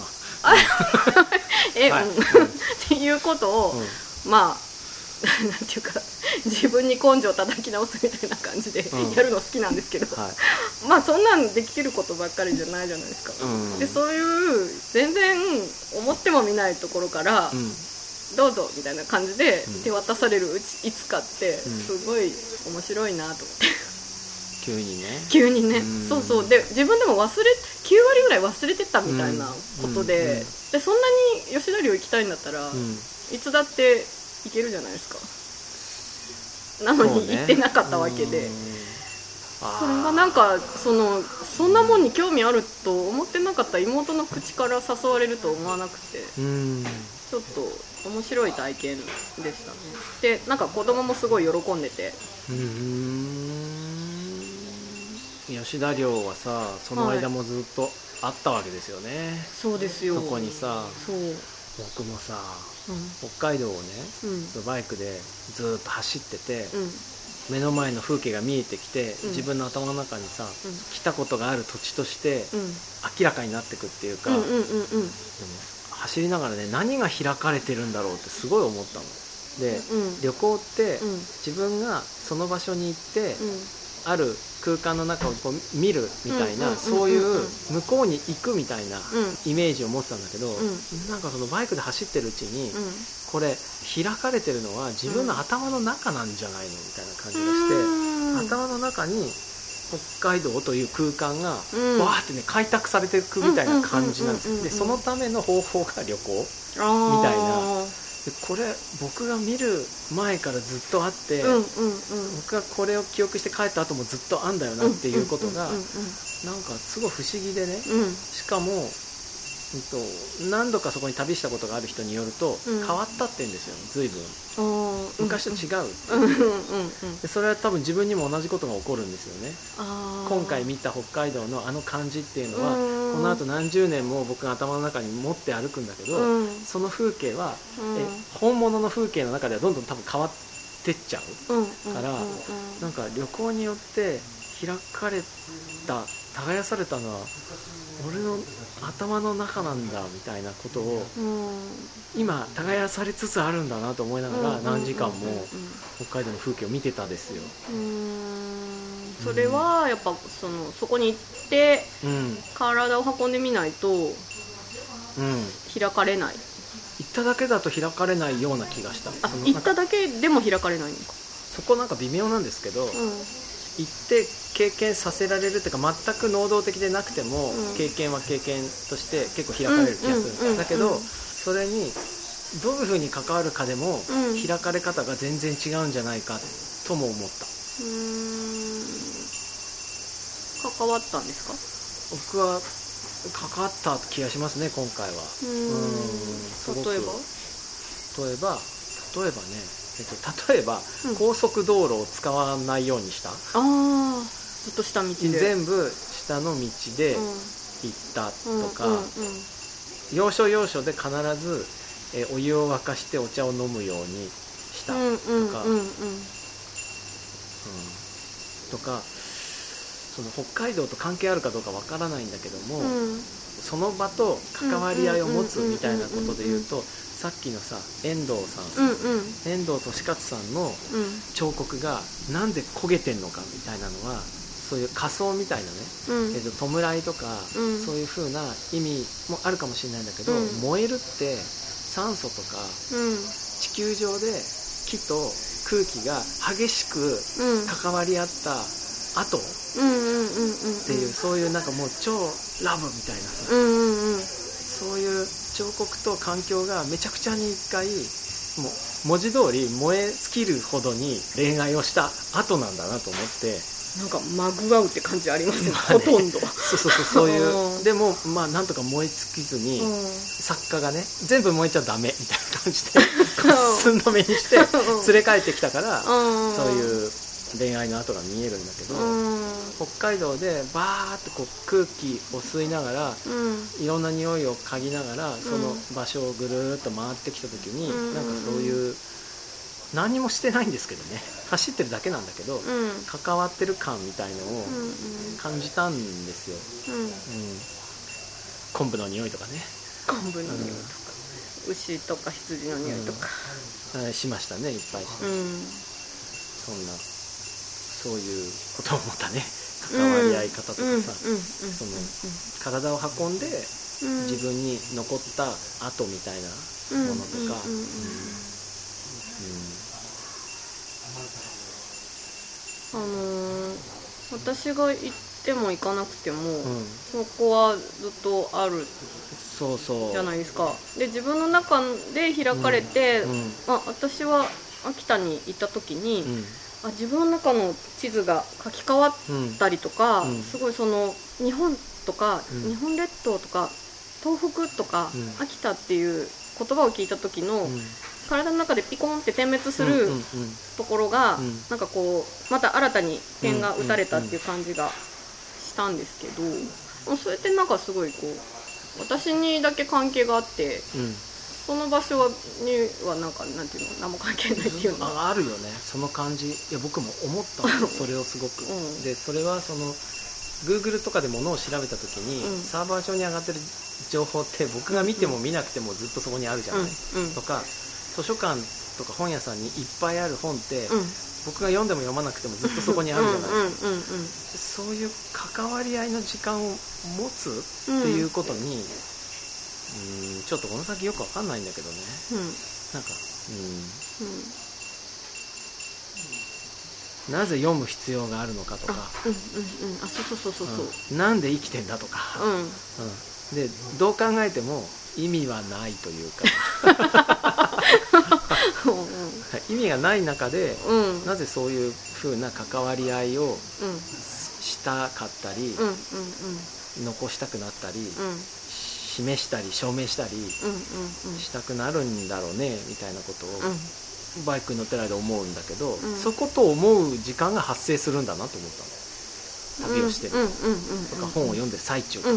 S1: っていうことを、まあなんていうか自分に根性叩き直すみたいな感じでやるの好きなんですけど、まあそんなんできることばっかりじゃないじゃないですか、でそういう全然思ってもみないところから、どうぞみたいな感じで手渡されるいつかってすごい面白いなと思って、急にね、そうそうで自分でも9割ぐらい忘れてたみたいなことで、でそんなに吉田寮行きたいんだったら、いつだって行けるじゃないですか。なのに行ってなかったわけで、それがなんかそんなもんに興味あると思ってなかった妹の口から誘われると思わなくて、ちょっと面白い体験でしたね。でなんか子供もすごい喜んでて、
S2: 吉田寮はさ、その間もずっとあったわけですよね。
S1: そうですよ。
S2: そこにさ、僕もさ、北海道をね、バイクでずっと走ってて、目の前の風景が見えてきて、自分の頭の中にさ、来たことがある土地として明らかになってくっていうか、でも走りながらね、何が開かれてるんだろうってすごい思ったので、旅行って自分がその場所に行って、ある空間の中をこう見るみたいな、そういう向こうに行くみたいなイメージを持ってたんだけど、なんかそのバイクで走ってるうちに、これ開かれてるのは自分の頭の中なんじゃないのみたいな感じがして、頭の中に北海道という空間がわーってね、開拓されていくみたいな感じなんですよ。でそのための方法が旅行みたいな。これ僕が見る前からずっとあって、僕がこれを記憶して帰った後もずっとあんだよなっていうことが、なんかすごい不思議でね、しかも、何度かそこに旅したことがある人によると、変わったって言うんですよ、随分昔と違うってで、それは多分自分にも同じことが起こるんですよね。今回見た北海道のあの感じっていうのは、このあと何十年も僕が頭の中に持って歩くんだけど、その風景は、本物の風景の中ではどんどん多分変わってっちゃうから、なんか旅行によって開かれた、耕されたのは俺の頭の中なんだみたいなことを、今耕されつつあるんだなと思いながら、何時間も北海道の風景を見てたですよ。
S1: それはやっぱそこに行って、体を運んでみないと開かれない、
S2: 行っただけだと開かれないような気がした。
S1: 行っただけでも開かれないのか。
S2: そこなんか微妙なんですけど、行って経験させられるっていうか、全く能動的でなくても、経験は経験として結構開かれる気がするんだけど、それにどういうふうに関わるかでも、開かれ方が全然違うんじゃないかとも思った。
S1: 関わったんですか？
S2: 僕は関わった気がしますね、今回は。例えば高速道路を使わないようにした。
S1: ずっと下道で
S2: 全部下の道で行ったとか、要所要所で必ずお湯を沸かしてお茶を飲むようにしたとか、その北海道と関係あるかどうかわからないんだけども、その場と関わり合いを持つみたいなことで言うと、さっきのさ、遠藤さん、遠藤利勝さんの彫刻がなんで焦げてんのかみたいなのは、そういう仮想みたいなね、弔いとか、そういう風な意味もあるかもしれないんだけど、燃えるって酸素とか、地球上で木と空気が激しく関わり合った後っていう、そういうなんかもう超ラブみたいなさ、そういう彫刻と環境がめちゃくちゃに一回、もう文字通り燃え尽きるほどに恋愛をした後なんだなと思って、
S1: なんかまぐわうって感じありますね、ほとんど。
S2: そういうでもまあなんとか燃え尽きずに、作家がね全部燃えちゃダメみたいな感じで寸止めにして連れ帰ってきたから、そういう恋愛の跡が見えるんだけど、北海道でバーってこう空気を吸いながら、いろんな匂いを嗅ぎながらその場所をぐるーっと回ってきた時に、なんかそういう何もしてないんですけどね、走ってるだけなんだけど、関わってる感みたいのを感じたんですよ、昆布の匂いとかね、
S1: 昆布の匂いとか、牛とか羊の匂いとか、
S2: しましたね、いっぱいしました、そんなそういうことを思ったね、関わり合い方とかさ、その体を運んで自分に残った跡みたいなものとか、
S1: 私が行っても行かなくても、そこはずっとあるじゃないですか。で自分の中で開かれて、私は秋田に行った時に、自分の中の地図が書き換わったりとか、すごいその日本とか、日本列島とか東北とか、秋田っていう言葉を聞いた時の、体の中でピコンって点滅するところが、なんかこうまた新たに点が打たれたっていう感じがしたんですけど、それってなんかすごいこう私にだけ関係があって、その場所にはなんていうの、何も関係ないっていうの
S2: あるよね、その感じ。いや僕も思ったんですそれをすごく、でそれはその Google とかで物を調べた時に、サーバー上に上がってる情報って僕が見ても見なくてもずっとそこにあるじゃない、とか図書館とか本屋さんにいっぱいある本って、僕が読んでも読まなくてもずっとそこにあるじゃないですか。そういう関わり合いの時間を持つっていうことに、ちょっとこの先よくわかんないんだけどね、なんかなぜ読む必要があるのかとか、なんで生きてんだとか、でどう考えても意味はないというか意味がない中で、なぜそういう風な関わり合いをしたかったり、残したくなったり、示したり証明したりしたくなるんだろうねみたいなことをバイクに乗ってる間思うんだけど、そこと思う時間が発生するんだなと思ったの。旅をしてるとか本を読んでる最中とか、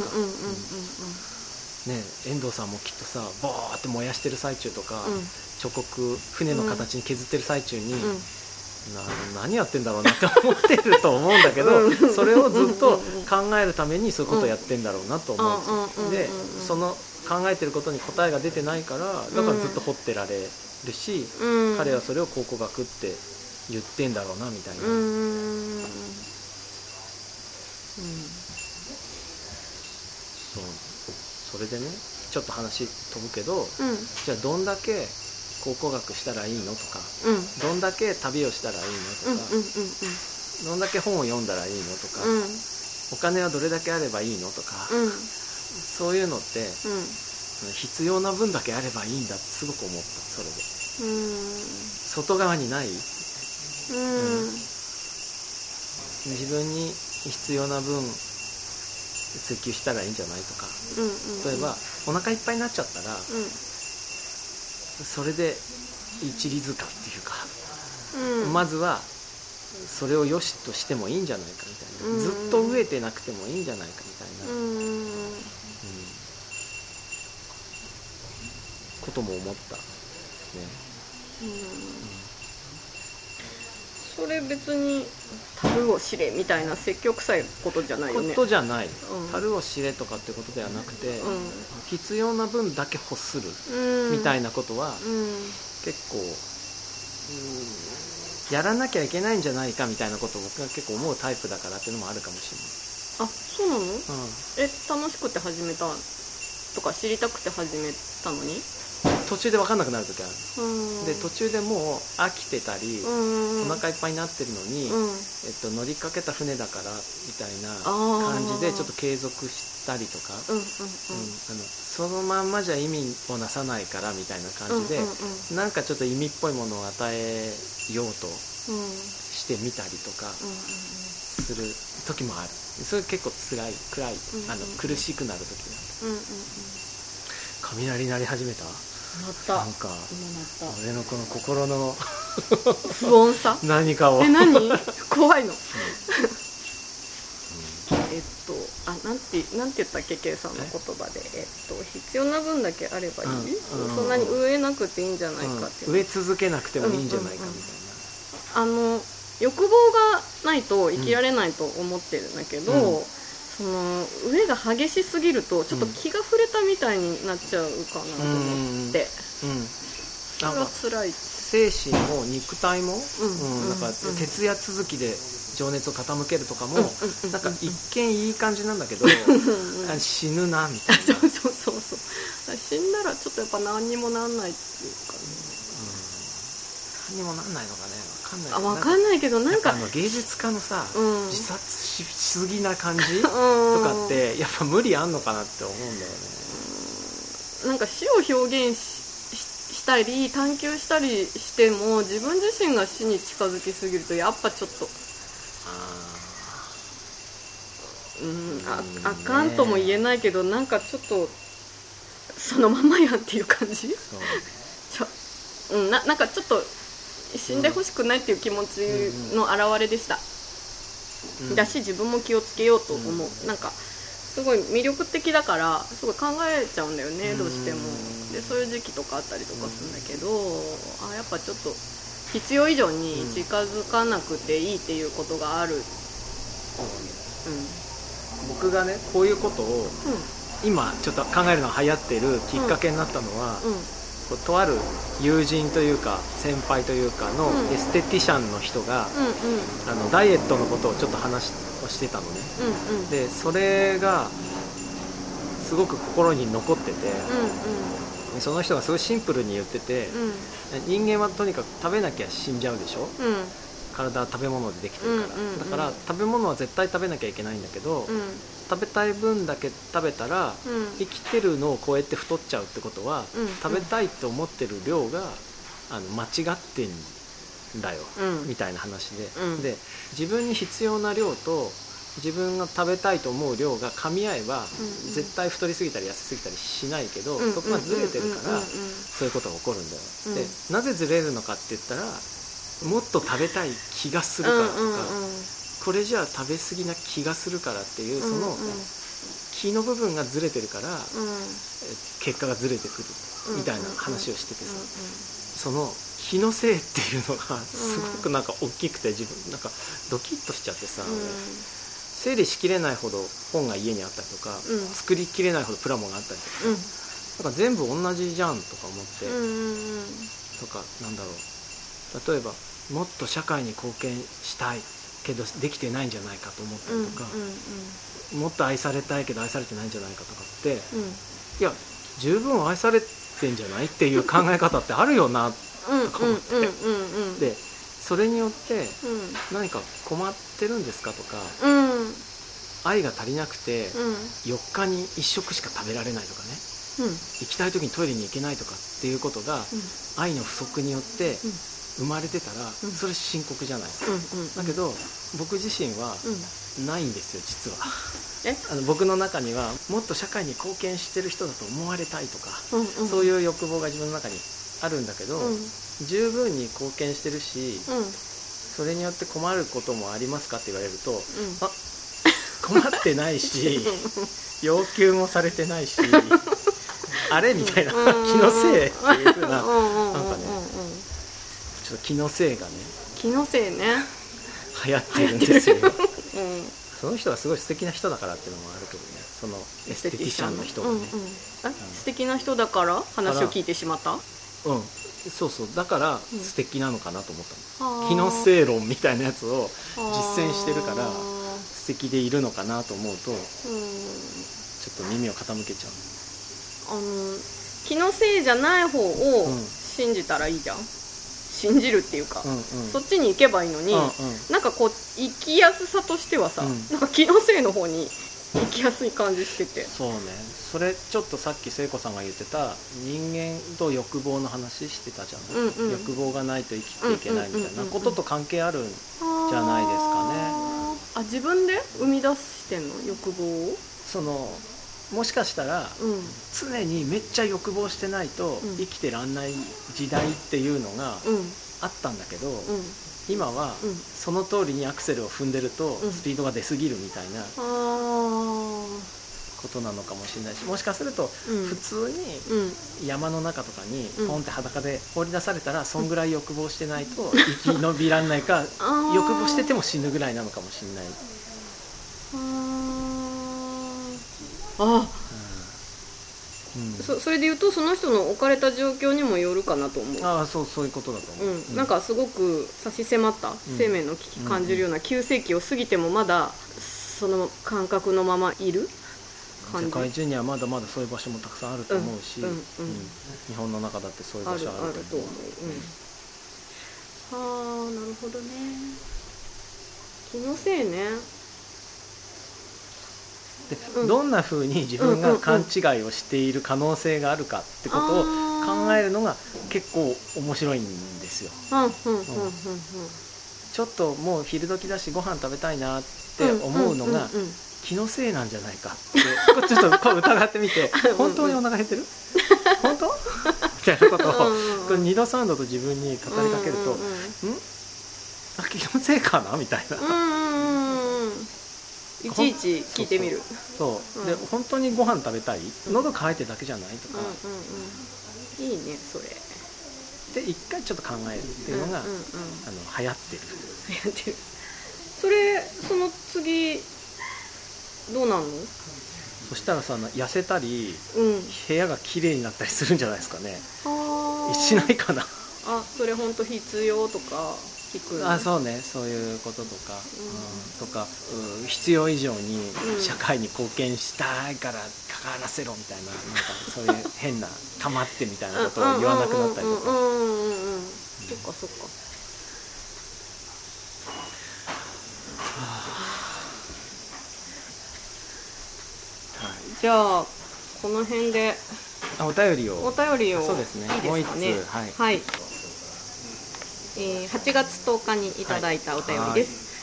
S2: 遠藤さんもきっとさボーって燃やしてる最中とか、彫刻船の形に削ってる最中に、何やってんだろうなって思ってると思うんだけど、それをずっと考えるためにそういうことをやってんだろうなと思うんですよ。でその考えてることに答えが出てないから、だからずっと掘ってられるし、彼はそれを考古学って言ってんだろうなみたいな。それでね、ちょっと話飛ぶけど、じゃあどんだけ考古学したらいいのとか、どんだけ旅をしたらいいのとか、どんだけ本を読んだらいいのとか、お金はどれだけあればいいのとか、そういうのって、必要な分だけあればいいんだってすごく思った。それで外側にない、自分に必要な分追求したらいいんじゃないとか、例えばお腹いっぱいになっちゃったら、それで一里塚っていうか、まずはそれを良しとしてもいいんじゃないかみたいな、ずっと飢えてなくてもいいんじゃないかみたいな、ことも思ったね。
S1: それ別に樽を知れみたいな積極臭いことじゃないよね。
S2: ことじゃない、樽を知れとかってことではなくて、必要な分だけ欲するみたいなことは、結構、やらなきゃいけないんじゃないかみたいなことを僕が結構思うタイプだからっていうのもあるかもしれない。
S1: あ、そうなの？楽しくて始めたとか知りたくて始めたのに
S2: 途中で分かんなくなる時ある。で途中でもう飽きてたり、お腹いっぱいになってるのに、乗りかけた船だからみたいな感じでちょっと継続したりとか、そのまんまじゃ意味をなさないからみたいな感じで、なんかちょっと意味っぽいものを与えようとしてみたりとかする時もある。それ結構辛い暗い、苦しくなる時がある、雷鳴り始めた。
S1: なった
S2: なんか
S1: 今なった
S2: 俺のこの心の
S1: 不穏さ
S2: 何かを
S1: 何怖いのなんて言ったっけ、Kさんの言葉で、必要な分だけあればいい、そんなに植えなくていいんじゃないかって、
S2: 植え続けなくてもいいんじゃないかみたいな、
S1: 欲望がないと生きられないと思ってるんだけど、その上が激しすぎるとちょっと気が触れたみたいになっちゃうかなと思って、それは辛い。
S2: 精神も肉体も、なんか徹夜続きで情熱を傾けるとかも、なんか一見いい感じなんだけど死ぬなみたいな
S1: そう死んだらちょっとやっぱ何にもなんないっていうかね、
S2: 何にもなんないのかね、
S1: 分かんないけど、なんか
S2: 芸術家のさ、自殺しすぎな感じとかってやっぱ無理あんのかなって思うんだよね。
S1: なんか死を表現したり探求したりしても自分自身が死に近づきすぎるとやっぱちょっとあかんとも言えないけど、なんかちょっとそのままやんっていう感じ。なんかちょっと死んでほしくないっていう気持ちの表れでした、だし自分も気をつけようと思う、なんかすごい魅力的だからすごい考えちゃうんだよね、どうしても。でそういう時期とかあったりとかするんだけど、やっぱちょっと必要以上に近づかなくていいっていうことがある、
S2: 僕がねこういうことを、今ちょっと考えるのが流行っているきっかけになったのは、とある友人というか先輩というかのエステティシャンの人が、ダイエットのことをちょっと話をしてたのね、でそれがすごく心に残ってて、その人がすごいシンプルに言ってて、人間はとにかく食べなきゃ死んじゃうでしょ、体は食べ物でできてるから、だから食べ物は絶対食べなきゃいけないんだけど、食べたい分だけ食べたら、生きてるのを超えて太っちゃうってことは、食べたいと思ってる量が間違ってんだよ、みたいな話で、で自分に必要な量と自分が食べたいと思う量が噛み合えば、絶対太りすぎたり痩せすぎたりしないけど、そこがずれてるから、そういうことが起こるんだよ、でなぜずれるのかって言ったら、もっと食べたい気がするからとか、これじゃあ食べ過ぎな気がするからっていう、その気の部分がずれてるから、結果がずれてくるみたいな話をしててさ、その気のせいっていうのがすごくなんか大きくて、自分なんかドキッとしちゃってさ、整理しきれないほど本が家にあったりとか、作りきれないほどプラモがあったりとか、なんか全部同じじゃんとか思って、とかなんだろう、例えばもっと社会に貢献したいけどできてないんじゃないかと思ったりとか、もっと愛されたいけど愛されてないんじゃないかとかって、いや十分愛されてんじゃないっていう考え方ってあるよなとか思って、でそれによって何か困ってるんですかとか、愛が足りなくて4日に1食しか食べられないとかね、行きたい時にトイレに行けないとかっていうことが、愛の不足によって生まれてたら、それ深刻じゃないですか、だけど僕自身はないんですよ実は。僕の中にはもっと社会に貢献してる人だと思われたいとか、そういう欲望が自分の中にあるんだけど、十分に貢献してるし、それによって困ることもありますかって言われると、困ってないし要求もされてないしあれみたいな、気のせいっていう風な、なんかね、ちょっと気のせいがね、
S1: 気のせいね
S2: 流行ってるんですよその人はすごい素敵な人だからっていうのもあるけどね、そのエステティシャンの人がね、
S1: 素敵な人だから話を聞いてしまった。
S2: そうそう、だから素敵なのかなと思ったの、気のせい論みたいなやつを実践してるから素敵でいるのかなと思うと、ちょっと耳を傾けちゃう。
S1: 気のせいじゃない方を信じたらいいじゃん、信じるっていうか、そっちに行けばいいのに、なんかこう生きやすさとしてはさ、なんか気のせいの方に行きやすい感じしてて。
S2: そうね、それちょっとさっき聖子さんが言ってた人間と欲望の話してたじゃん、欲望がないと生きていけないみたいなことと関係あるんじゃないですかね。
S1: あ、自分で生み出してんの、欲望を。
S2: もしかしたら、常にめっちゃ欲望してないと生きてらんない時代っていうのがあったんだけど、今はその通りにアクセルを踏んでるとスピードが出過ぎるみたいなことなのかもしれないし、もしかすると普通に山の中とかにポンって裸で放り出されたらそんぐらい欲望してないと生き延びらんないか欲望してても死ぬぐらいなのかもしれない。
S1: それでいうとその人の置かれた状況にもよるかなと思う。
S2: そういうことだと思う。
S1: なんかすごく差し迫った生命の危機感じるような急性期を過ぎてもまだその感覚のままいる感じ。
S2: 世界中にはまだまだそういう場所もたくさんあると思うし、日本の中だってそういう場所あると思う。
S1: なるほどね。気のせいね。
S2: でどんな風に自分が勘違いをしている可能性があるかってことを考えるのが結構面白いんですよ。ちょっともう昼時だしご飯食べたいなって思うのが気のせいなんじゃないかってちょっとこう疑ってみて本当にお腹減ってる本当みたいなことを2度3度と自分に語りかけると気のせいかなみたいな。
S1: いちいち聞いてみる。
S2: そうで本当にご飯食べたい、喉乾いてるだけじゃないとか、
S1: いいねそれ
S2: で一回ちょっと考えるっていうのが流行ってる。
S1: その次どうなんの？
S2: そしたらさ、痩せたり、部屋が綺麗になったりするんじゃないですかね。しないかな。
S1: それ本当必要とか聞く。
S2: そうね、そういうこととか、必要以上に社会に貢献したいから関わらせろみたいな、なんかそういう変な構ってみたいなことを言わなくなったりとか。
S1: そっかそっか。じゃあこの辺で
S2: お便りを
S1: そう
S2: ですね、
S1: いいですかね。はい、8月10日にいただいたお便りです。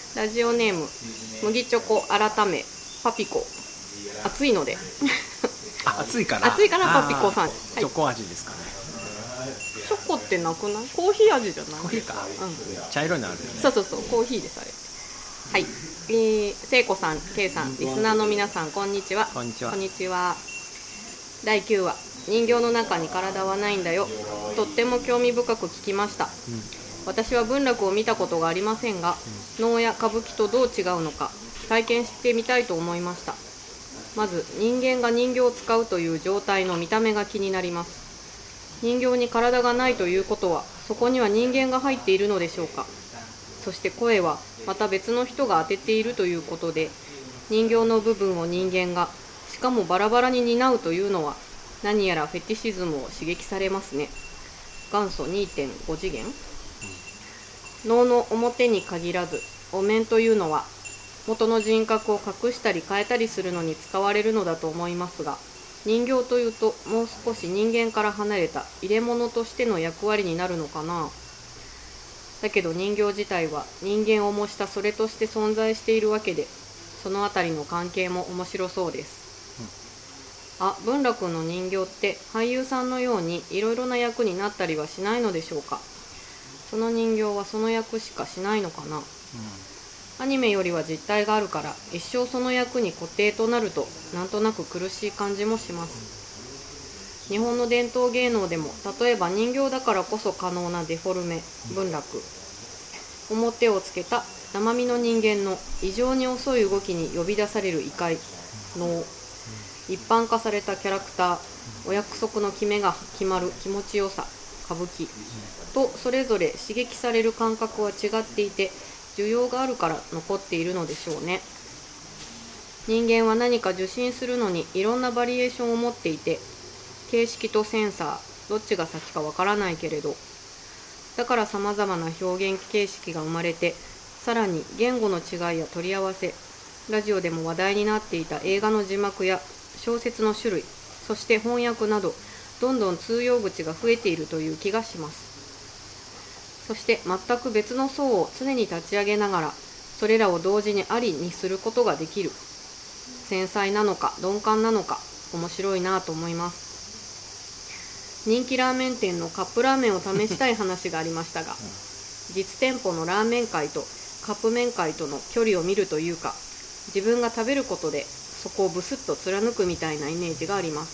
S1: ラジオネーム麦チョコ改めパピコ。暑いので
S2: 暑いから
S1: パピコさん、
S2: チョコ味ですかね。
S1: チョコってなくない？コーヒー味じゃない？
S2: コーヒーか、茶色いのあるよね。
S1: そうコーヒーですあれ。はい、聖子さん、Kさん、リスナーの皆さん、こんにちは。
S2: こんにちは。
S1: 第9話、人形の中に体はないんだよ。とっても興味深く聞きました。私は文楽を見たことがありませんが、能や歌舞伎とどう違うのか体験してみたいと思いました。まず人間が人形を使うという状態の見た目が気になります。人形に体がないということは、そこには人間が入っているのでしょうか。そして声はまた別の人が当てているということで、人形の部分を人間が、しかもバラバラに担うというのは、何やらフェティシズムを刺激されますね。元祖 2.5 次元。能の表に限らず、お面というのは元の人格を隠したり変えたりするのに使われるのだと思いますが、人形というともう少し人間から離れた入れ物としての役割になるのかな。だけど人形自体は人間を模したそれとして存在しているわけで、そのあたりの関係も面白そうです。文楽の人形って俳優さんのようにいろいろな役になったりはしないのでしょうか。その人形はその役しかしないのかな。アニメよりは実体があるから一生その役に固定となるとなんとなく苦しい感じもします。日本の伝統芸能でも例えば人形だからこそ可能なデフォルメ、文楽、表をつけた生身の人間の異常に遅い動きに呼び出される異界、能、一般化されたキャラクター、お約束の決めが決まる気持ちよさ、歌舞伎とそれぞれ刺激される感覚は違っていて、需要があるから残っているのでしょうね。人間は何か受信するのにいろんなバリエーションを持っていて、形式とセンサー、どっちが先かわからないけれど、だから様々な表現形式が生まれて、さらに言語の違いや取り合わせ、ラジオでも話題になっていた映画の字幕や小説の種類、そして翻訳など、どんどん通用口が増えているという気がします。そして全く別の層を常に立ち上げながら、 それらを同時にありにすることができる。繊細なのか鈍感なのか面白いなと思います。人気ラーメン店のカップラーメンを試したい話がありましたが実店舗のラーメン界とカップ麺界との距離を見るというか、自分が食べることでそこをブスッと貫くみたいなイメージがあります。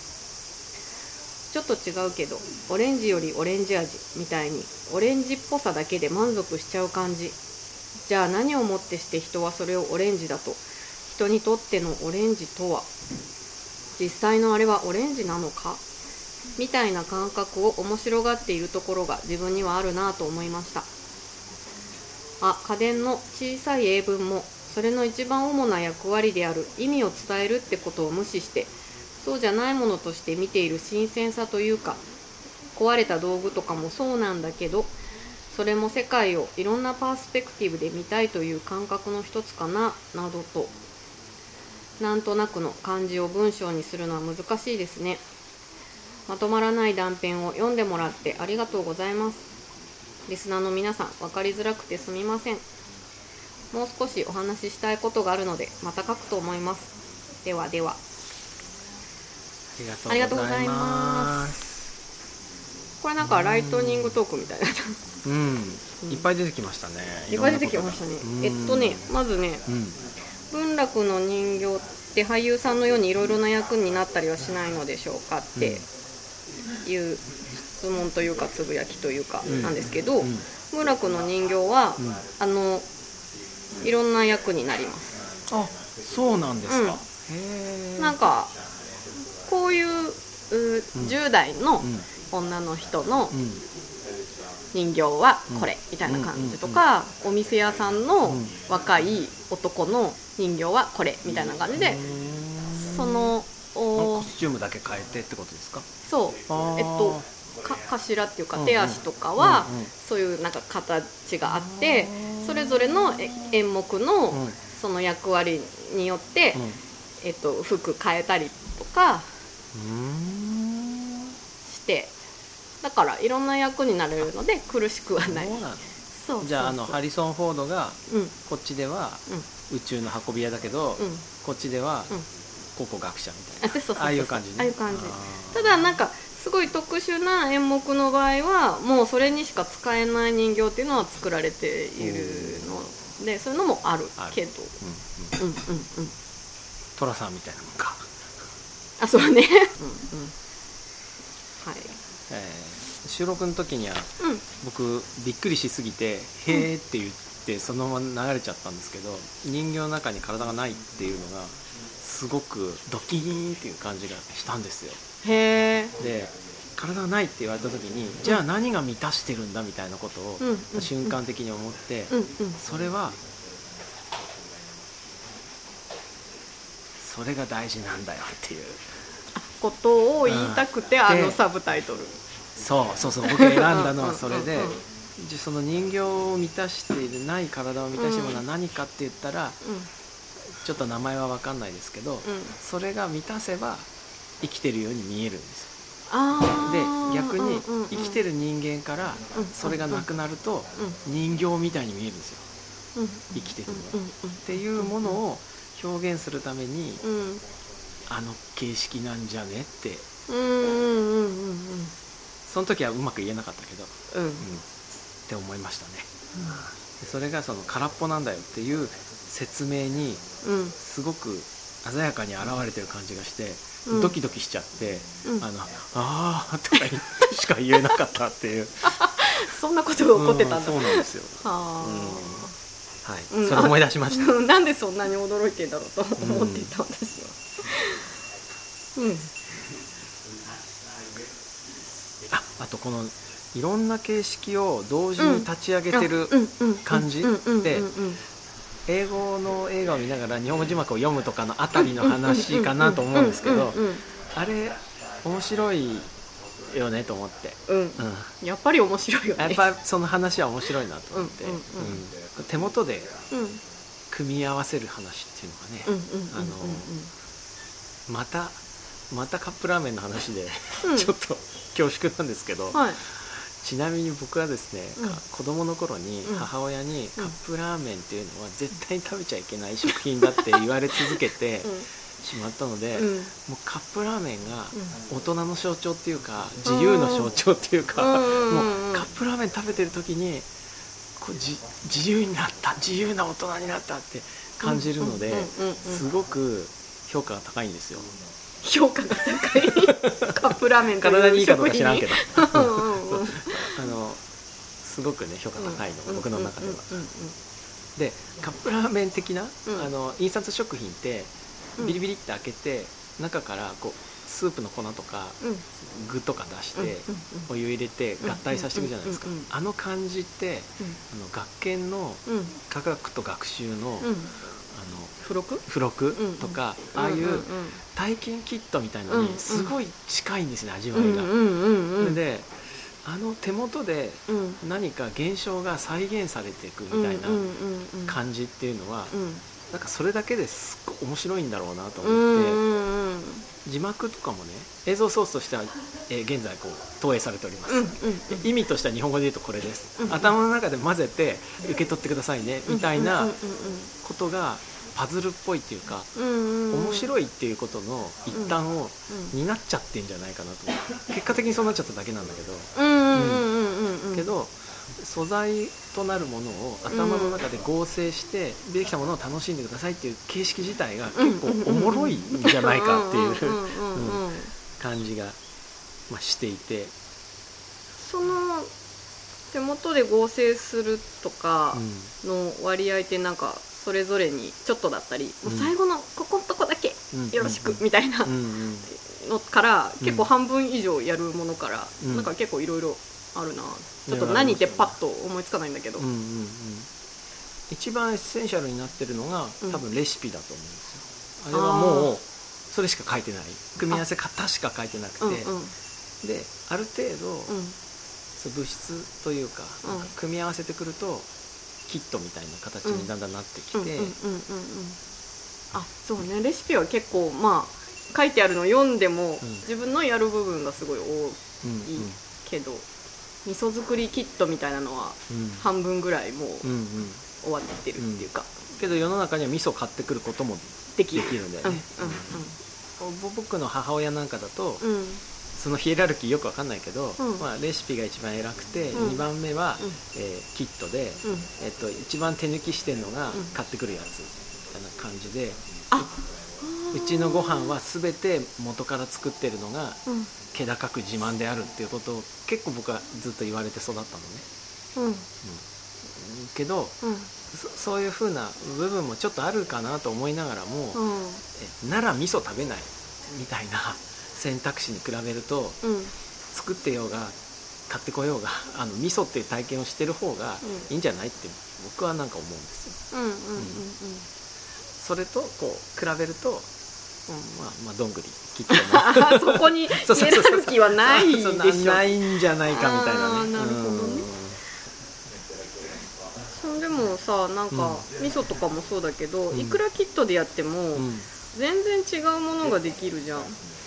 S1: ちょっと違うけどオレンジよりオレンジ味みたいにオレンジっぽさだけで満足しちゃう感じ。じゃあ何をもってして人はそれをオレンジだと、人にとってのオレンジとは実際のあれはオレンジなのかみたいな感覚を面白がっているところが自分にはあるなと思いました。家電の小さい英文もそれの一番主な役割である意味を伝えるってことを無視してそうじゃないものとして見ている新鮮さというか、壊れた道具とかもそうなんだけどそれも世界をいろんなパースペクティブで見たいという感覚の一つかな、などと。なんとなくの漢字を文章にするのは難しいですね。まとまらない断片を読んでもらってありがとうございます。リスナーの皆さん、分かりづらくてすみません。もう少しお話ししたいことがあるのでまた書くと思います。ではでは。
S2: ありがとうございます。
S1: これなんかライトニングトークみたいな
S2: いっぱい出てきましたね。
S1: いっぱい出てきましたね。まずね、文楽の人形って俳優さんのようにいろいろな役になったりはしないのでしょうかっていう質問というかつぶやきというかなんですけど、文楽の人形は、いろんな役になります。
S2: あ、そうなんですか。
S1: なんかこういう10代の女の人の人形はこれみたいな感じとか、お店屋さんの若い男の人形はこれみたいな感じで、その
S2: コスチュームだけ変えてってことですか？
S1: そう、頭っていうか手足とかはそういうなんか形があって、それぞれの演目のその役割によって服変えたりとかして、だからいろんな役になれるので苦しくはない。
S2: じゃあハリソン・フォードがこっちでは宇宙の運び屋だけど、こっちでは考古学者みたいな、ああいう感じね。
S1: ああいう感じ。ただなんかすごい特殊な演目の場合はもうそれにしか使えない人形っていうのは作られているので、そういうのもあるけど、
S2: トラさんみたいなもんか。
S1: あ、そうね。はい。
S2: 収録の時には、僕びっくりしすぎて「へーって言ってそのまま流れちゃったんですけど、人形の中に体がないっていうのがすごくドキーンっていう感じがしたんですよ。
S1: へー。
S2: で、体がないって言われた時に、じゃあ何が満たしてるんだみたいなことを瞬間的に思って、それはそれが大事なんだよっていう
S1: ことを言いたくて、サブタイトル。
S2: そう僕が選んだのはそれで、その人形を満たしているない体を満たしているものは何かって言ったら、ちょっと名前は分かんないですけど、それが満たせば生きてるように見えるんですよ。で、逆に生きてる人間からそれがなくなると人形みたいに見えるんですよ、生きてるのは。っていうものを表現するために、あの形式なんじゃねって、その時はうまく言えなかったけど、って思いましたね。それがその空っぽなんだよっていう説明にすごく鮮やかに現れてる感じがして、ドキドキしちゃって、あーとかしか言えなかったっていう
S1: そんなことが起こってたんだ。
S2: そうなんですよ。はい、それ思い出しました。
S1: なんでそんなに驚いてんだろうと思っていた私は。
S2: あとこのいろんな形式を同時に立ち上げてる感じで、英語の映画を見ながら日本語字幕を読むとかのあたりの話かなと思うんですけど、あれ面白いよねと思って、
S1: やっぱり面白いよね。
S2: やっぱその話は面白いなと思って、手元で組み合わせる話っていうのがね、またカップラーメンの話でちょっと恐縮なんですけど、 ちなみに僕はですね、子供の頃に母親にカップラーメンっていうのは絶対に食べちゃいけない食品だって言われ続けてしまったので、もうカップラーメンが大人の象徴っていうか、自由の象徴っていうか、もうカップラーメン食べてる時にこう自由になった、自由な大人になったって感じるので、すごく評価が高いんですよ。
S1: 評価が高いカップラーメンという
S2: 体にいいかどうか知らんけどすごくね評価高いの、僕の中では。でカップラーメン的な、印刷食品ってビリビリって開けて、中からこうスープの粉とか、具とか出して、お湯入れて合体させていくじゃないですか。あの感じって、学研の科学と学習の、付録とか、ああいう体験キットみたいなのにすごい近いんですね、味わいが。で手元で何か現象が再現されていくみたいな感じっていうのは、なんかそれだけですっごい面白いんだろうなと思って、字幕とかもね、映像ソースとしては、現在こう投影されております。意味としては日本語で言うとこれです。頭の中で混ぜて受け取ってくださいねみたいなことがパズルっぽいっていうか、面白いっていうことの一端を担っちゃってんじゃないかなと思って、結果的にそうなっちゃっただけなんだけど、けど素材となるものを頭の中で合成して出てきたものを楽しんでくださいっていう形式自体が結構おもろいんじゃないかっていう感じがしていて、
S1: その手元で合成するとかの割合ってなんかそれぞれにちょっとだったり、もう最後のここのとこだけよろしくみたいなのから結構半分以上やるものからなんか結構いろいろあるな。ちょっと何ってパッと思いつかないんだけど、
S2: 一番エッセンシャルになってるのが多分レシピだと思うんですよ。あれはもうそれしか書いてない、組み合わせ方しか書いてなくて、である程度物質というか組み合わせてくるとキットみたいな形にだんだんなってきて、
S1: あ、そうね、レシピは結構書いてあるのを読んでも、自分のやる部分がすごい多いけど、味噌作りキットみたいなのは半分ぐらいもう終わってるっていうか、
S2: けど世の中には味噌買ってくることもできるんだよね。僕の母親なんかだと、そのヒエラルキーよくわかんないけど、レシピが一番偉くて、2番目は、キットで、一番手抜きしてるのが買ってくるやつみたいな感じで、うちのご飯は全て元から作ってるのが気高く自慢であるっていうことを結構僕はずっと言われて育ったのね。けど、そういう風な部分もちょっとあるかなと思いながらも、なら味噌食べないみたいな選択肢に比べると、作ってようが買ってこようが味噌っていう体験をしてる方がいいんじゃないって僕はなんか思うんですよ。それとこう比べると、どんぐり切っても
S1: そこにヒエラルキーはないでしょ。
S2: ないんじゃないかみたいなね。
S1: なるほどね。でもさ、なんか味噌とかもそうだけど、いくらキットでやっても全然違うものができるじゃん。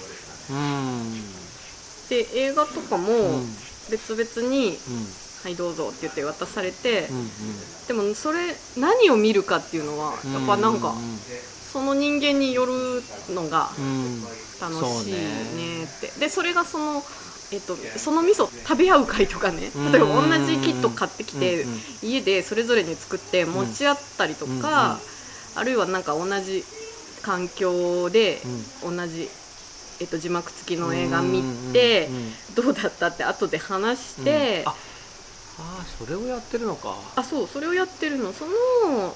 S1: で映画とかも別々にはいどうぞって言って渡されて、でもそれ何を見るかっていうのはやっぱなんかその人間によるのが楽しいねって。でそれがその味噌食べ合う会とかね、例えば同じキット買ってきて家でそれぞれに作って持ち合ったりとか、あるいはなんか同じ環境で同じ字幕付きの映画見てどうだったって後で話して、
S2: それをやってるのか。
S1: そう、それをやってるの。その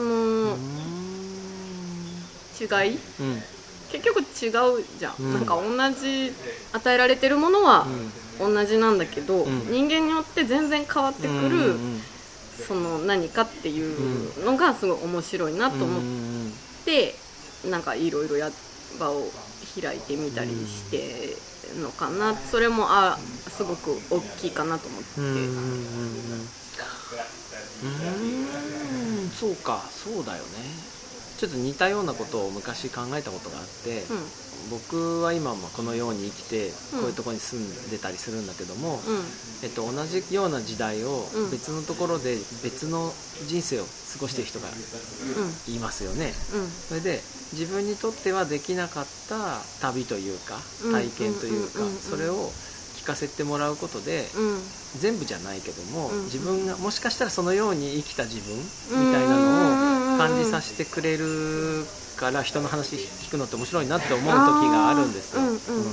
S1: 違い、結局違うじゃん。なんか同じ与えられてるものは同じなんだけど、人間によって全然変わってくるその何かっていうのがすごい面白いなと思って、なんかいろいろ場を開いてみたりしてのかな。それもすごく大きいかなと思って。そう
S2: か、そうだよね。ちょっと似たようなことを昔考えたことがあって、 僕は今もこのように生きてこういうところに住んでたりするんだけども、同じような時代を別のところで別の人生を過ごしている人がいますよね、それで自分にとってはできなかった旅というか体験というか、それを聞かせてもらうことで、全部じゃないけども、自分がもしかしたらそのように生きた自分みたいなのを感じさせてくれるから人の話聞くのって面白いなって思う時があるんですよ。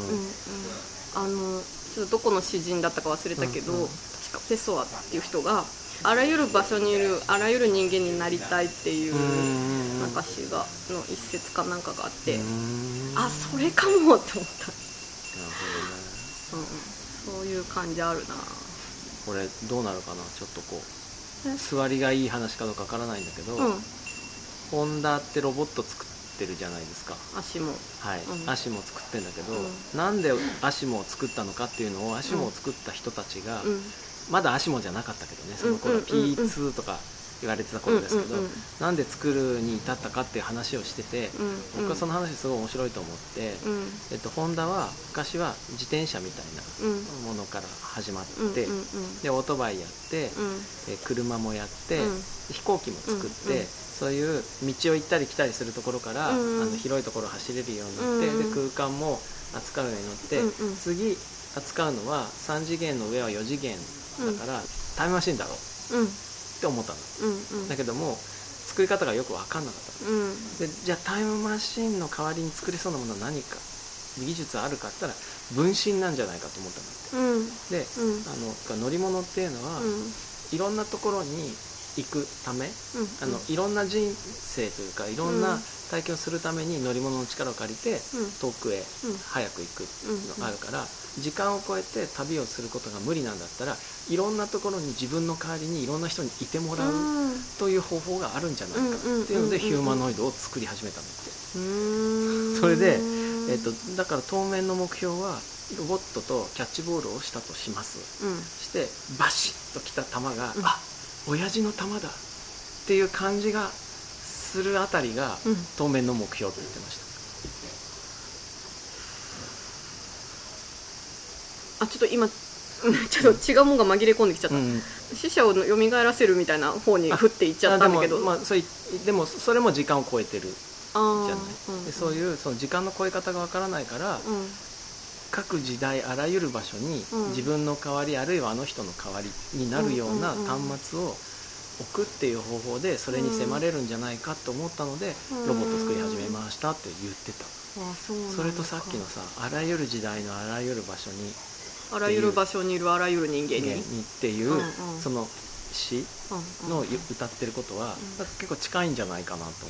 S1: ちょっとどこの詩人だったか忘れたけど、確かペソアっていう人があらゆる場所にいるあらゆる人間になりたいっていうなんか詩がの一節かなんかがあって、あ、それかもって思った。なるほどね。そういう感じあるな。
S2: これどうなるかな、ちょっとこう座りがいい話かどうかわからないんだけど、ホンダってロボット作ってるじゃないですか。
S1: アシモ、
S2: はい、アシモ作ってるんだけど、なんでアシモを作ったのかっていうのをアシモを作った人たちが、まだアシモじゃなかったけどね、その頃は P2 とか言われてた頃ですけど、なんで作るに至ったかっていう話をしてて、僕はその話すごい面白いと思って、ホンダは昔は自転車みたいなものから始まって、でオートバイやって、車もやって、飛行機も作って、そういう道を行ったり来たりするところから、広いところを走れるようになって、で空間も扱うようになって、次扱うのは3次元の上は4次元だから、タイムマシンだろうって思ったの、だけども作り方がよく分かんなかった、でじゃあタイムマシンの代わりに作れそうなものは何か、技術あるかって言ったら分身なんじゃないかと思ったんだって、で、乗り物っていうのは、いろんなところに行くため、いろんな人生というかいろんな体験をするために乗り物の力を借りて、遠くへ早く行くのがあるから、時間を超えて旅をすることが無理なんだったら、いろんなところに自分の代わりにいろんな人にいてもらうという方法があるんじゃないかっていうので、ヒューマノイドを作り始めたんだって。それで、だから当面の目標はロボットとキャッチボールをしたとします、してバシッときた球が、あ、親父の球だっていう感じがするあたりが当面の目標と言ってました。
S1: ちょっと今ちょっと違うものが紛れ込んできちゃった、死者を蘇らせるみたいな方に振っていっちゃったんだけど、
S2: でもそれも時間を超えてるじゃない、でそういうその時間の超え方がわからないから、各時代あらゆる場所に自分の代わり、あるいはあの人の代わりになるような端末を置くっていう方法でそれに迫れるんじゃないかと思ったので、ロボットを作り始めましたって言ってた。それとさっきのさ、あらゆる時代のあらゆる場所に、
S1: あらゆる場所にいるあらゆる人間に
S2: っていう、その詩の歌ってることは、結構近いんじゃないかなと思う。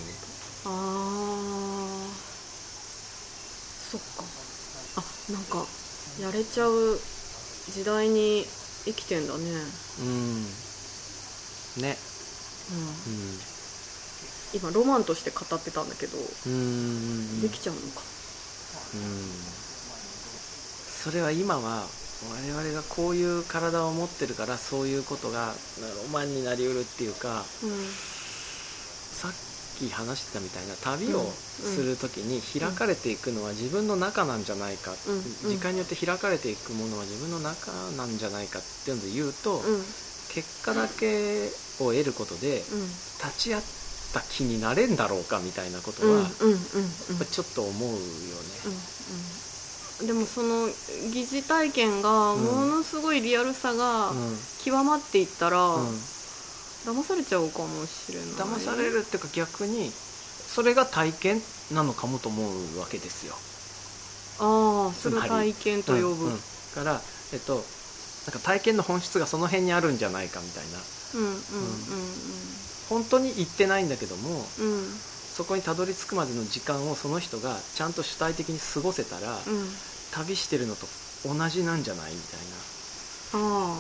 S1: そっか。なんかやれちゃう時代に生きてんだね。
S2: ね。
S1: 今ロマンとして語ってたんだけど、できちゃうのか。
S2: それは今は我々がこういう体を持ってるから、そういうことがロマンになりうるっていうか、さっき話してたみたいな旅をするときに開かれていくのは自分の中なんじゃないか、時間によって開かれていくものは自分の中なんじゃないかっていうので言うと、結果だけを得ることで立ち会った気になれんだろうかみたいなことはちょっと思うよね。
S1: でもその疑似体験がものすごいリアルさが極まっていったら、騙されちゃうかもしれない。
S2: 騙されるっていうか、逆にそれが体験なのかもと思うわけですよ。
S1: それを体験と呼ぶ、
S2: から、なんか体験の本質がその辺にあるんじゃないかみたいな、本当に行ってないんだけども、そこにたどり着くまでの時間をその人がちゃんと主体的に過ごせたら、旅してるのと同じなんじゃないみたいな。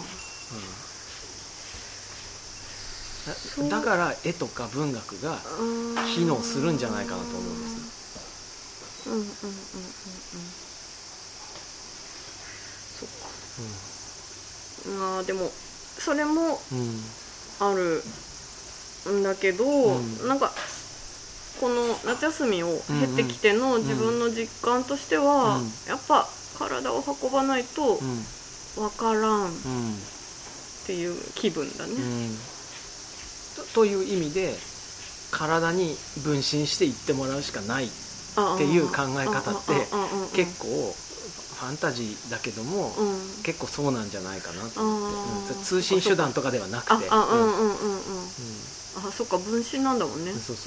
S2: だから絵とか文学が機能するんじゃないかなと思うんですよ。
S1: そっか。でもそれもあるんだけど、なんかこの夏休みを経てきての自分の実感としては、やっぱ体を運ばないと分からんっていう気分だね、
S2: という意味で体に分身していってもらうしかないっていう考え方って結構ファンタジーだけども、結構そうなんじゃないかなと思って、通信手段とかではなくて、
S1: そっか、分身なんだもんね。
S2: そう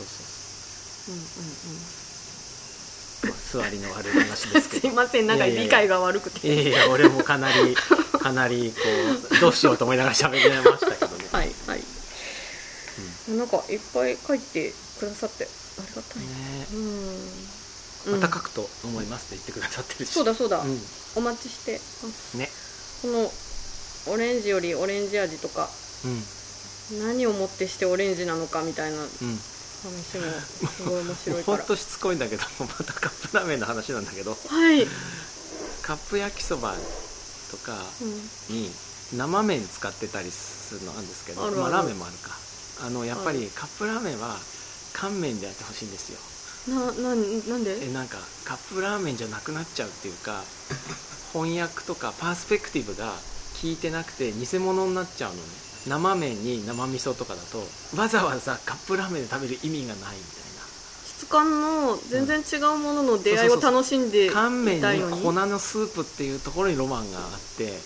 S2: 座りの悪い話ですけど
S1: すいません、なんか理解が悪くて。
S2: いや俺もかなりこうどうしようと思いながら喋りましたけどね。
S1: はいはい、なんかいっぱい書いてくださってありがたい
S2: ね。また書くと思いますって言ってくださってるし、
S1: そうだ、お待ちしてますね。このオレンジよりオレンジ味とか、何をもってしてオレンジなのかみたいな話もすごい面白いから。
S2: ほんとしつこいんだけど、またカップラーメンの話なんだけど、カップ焼きそばとかに生麺使ってたりするのあるんですけど、ラーメンもあるか。やっぱりカップラーメンは乾麺でやってほしいんですよ。
S1: なんで？
S2: なんかカップラーメンじゃなくなっちゃうっていうか、翻訳とかパースペクティブが効いてなくて偽物になっちゃうのね。生麺に生味噌とかだとわざわざカップラーメンで食べる意味がないみたいな。
S1: 質感の全然違うものの出会いを楽しんでいたいのに、
S2: 乾麺に粉のスープっていうところにロマンがあって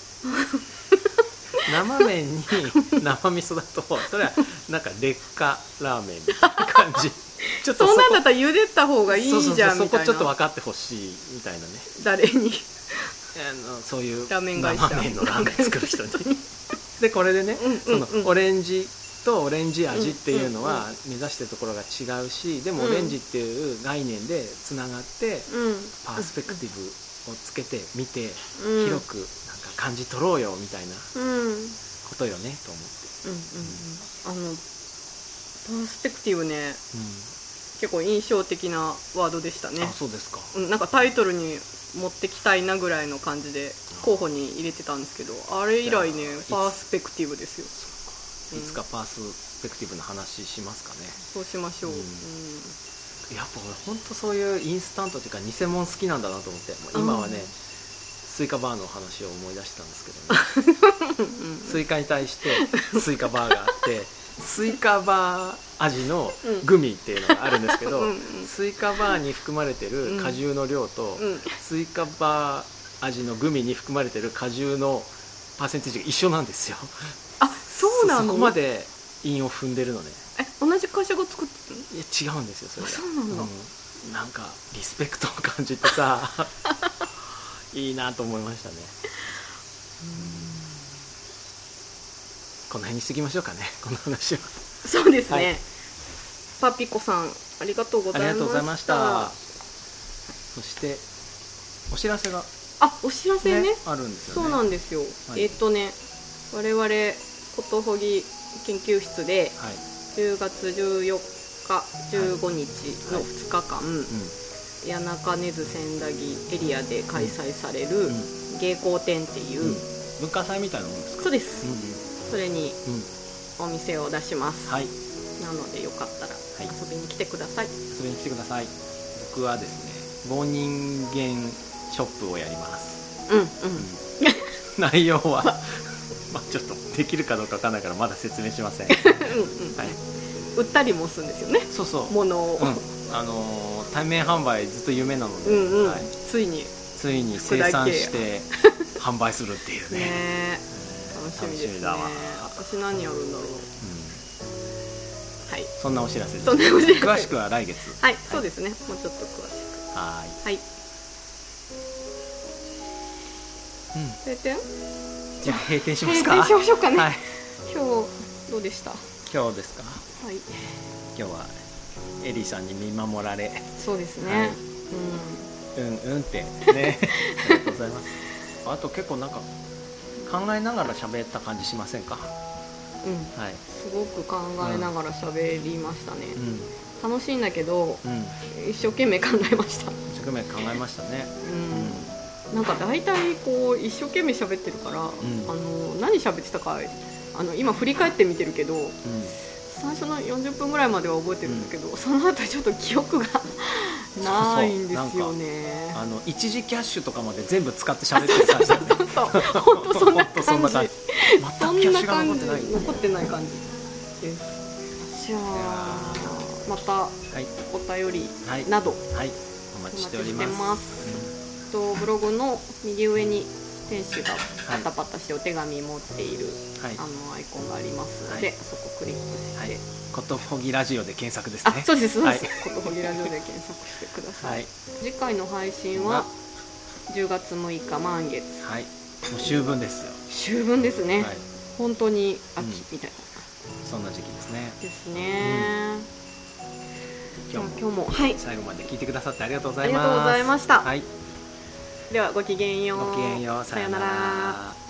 S2: 生麺に生味噌だとそれはなんか劣化ラーメンみたいな感じちょっと
S1: そんなんだったら茹でた方がいいじゃんみたいな。
S2: そこちょっと分かってほしいみたいなね。
S1: 誰に？
S2: そういう
S1: ラーメン会社、
S2: 生麺のラーメン作る人にでこれでね、そのオレンジとオレンジ味っていうのは目指してるところが違うし、でもオレンジっていう概念でつながって、パースペクティブをつけて見て、広くなんか感じ取ろうよみたいなことよねと思って、
S1: パースペクティブね、結構印象的なワードでしたね。
S2: あ、そうですか。
S1: なんかタイトルに持ってきたいなぐらいの感じで候補に入れてたんですけど、あれ以来ねパースペクティブですよ。
S2: いつかパースペクティブの話しますかね。
S1: そうしましょう。
S2: やっぱ俺本当そういうインスタントっていうか偽物好きなんだなと思って、今はねスイカバーの話を思い出したんですけどねスイカに対してスイカバーがあってスイカバー味のグミっていうのがあるんですけど、スイカバーに含まれてる果汁の量と、スイカバー味のグミに含まれてる果汁のパーセンテージが一緒なんですよ。
S1: あ、そうなの？
S2: そこまで韻を踏んでるのね。
S1: 同じ会社が作ってるの？
S2: いや違うんですよそれが。
S1: そうなんだ、
S2: なんかリスペクトを感じてさいいなと思いましたね。この辺にしておきましょうかね、この話は。
S1: そうですね、パピコさんありがとうございました。
S2: ありがとうございました。そしてお知らせが
S1: お知らせね
S2: あるんですよね。
S1: そうなんですよ、我々ことほぎ研究室で10月14日15日の2日間、谷中根津千駄木エリアで開催される芸工展っていう、
S2: 文化祭みたいなもんですか？
S1: そうです、それにお店を出します、なのでよかったら遊びに来てください。
S2: 遊びに来てください。僕はですね、棒人間ショップをやります。内容はちょっとできるかどうかわかんないからまだ説明しません。
S1: 売ったりもするんですよね。
S2: そうそう
S1: 物を、
S2: 対面販売ずっと夢なので、
S1: ついに
S2: 生産して販売するっていうね
S1: 楽しみですね。私何やるんだろう。
S2: そんなお知らせです。
S1: 詳
S2: しくは来月。
S1: そうですね、もうちょっと詳しく。はい。閉店？
S2: じゃあ閉店しますか。
S1: 閉店しましょうかね。今日どうでした？
S2: 今日ですか。今日はエリーさんに見守られ。
S1: そうですね。
S2: ってね。ありがとうございます。あと結構なんか考えながら喋った感じしませんか？
S1: すごく考えながら喋りましたね。楽しいんだけど、一生懸命考えました。
S2: 一生懸命考えましたね。
S1: なんか大体こう一生懸命喋ってるから、何喋ってたか今振り返ってみてるけど、 最初の40分ぐらいまでは覚えてるんだけど、その後ちょっと記憶がないんですよね。
S2: 一時キャッシュとかまで全部使って喋ってる感じだよね。
S1: そう本当そんな感じ。
S2: そんな感じ。
S1: 残ってない感じです。じゃあまたお便りなど、
S2: お待ちしております。
S1: ブログの右上に店主がパタパタしてお手紙持っている、アイコンがありますので、そこをクリックして、
S2: ことほぎラジオで検索ですね。
S1: そうですそうです、ことほぎラジオで検索してください。次回の配信は10月6日満月。
S2: もう秋分ですよ。
S1: 秋分ですね。本当に秋みたいな、
S2: そんな時期ですね。
S1: ですね。今日も
S2: 最後まで聞いてくださってありがとうございます。
S1: ありがとうございました。ではごきげんよう。
S2: さよなら。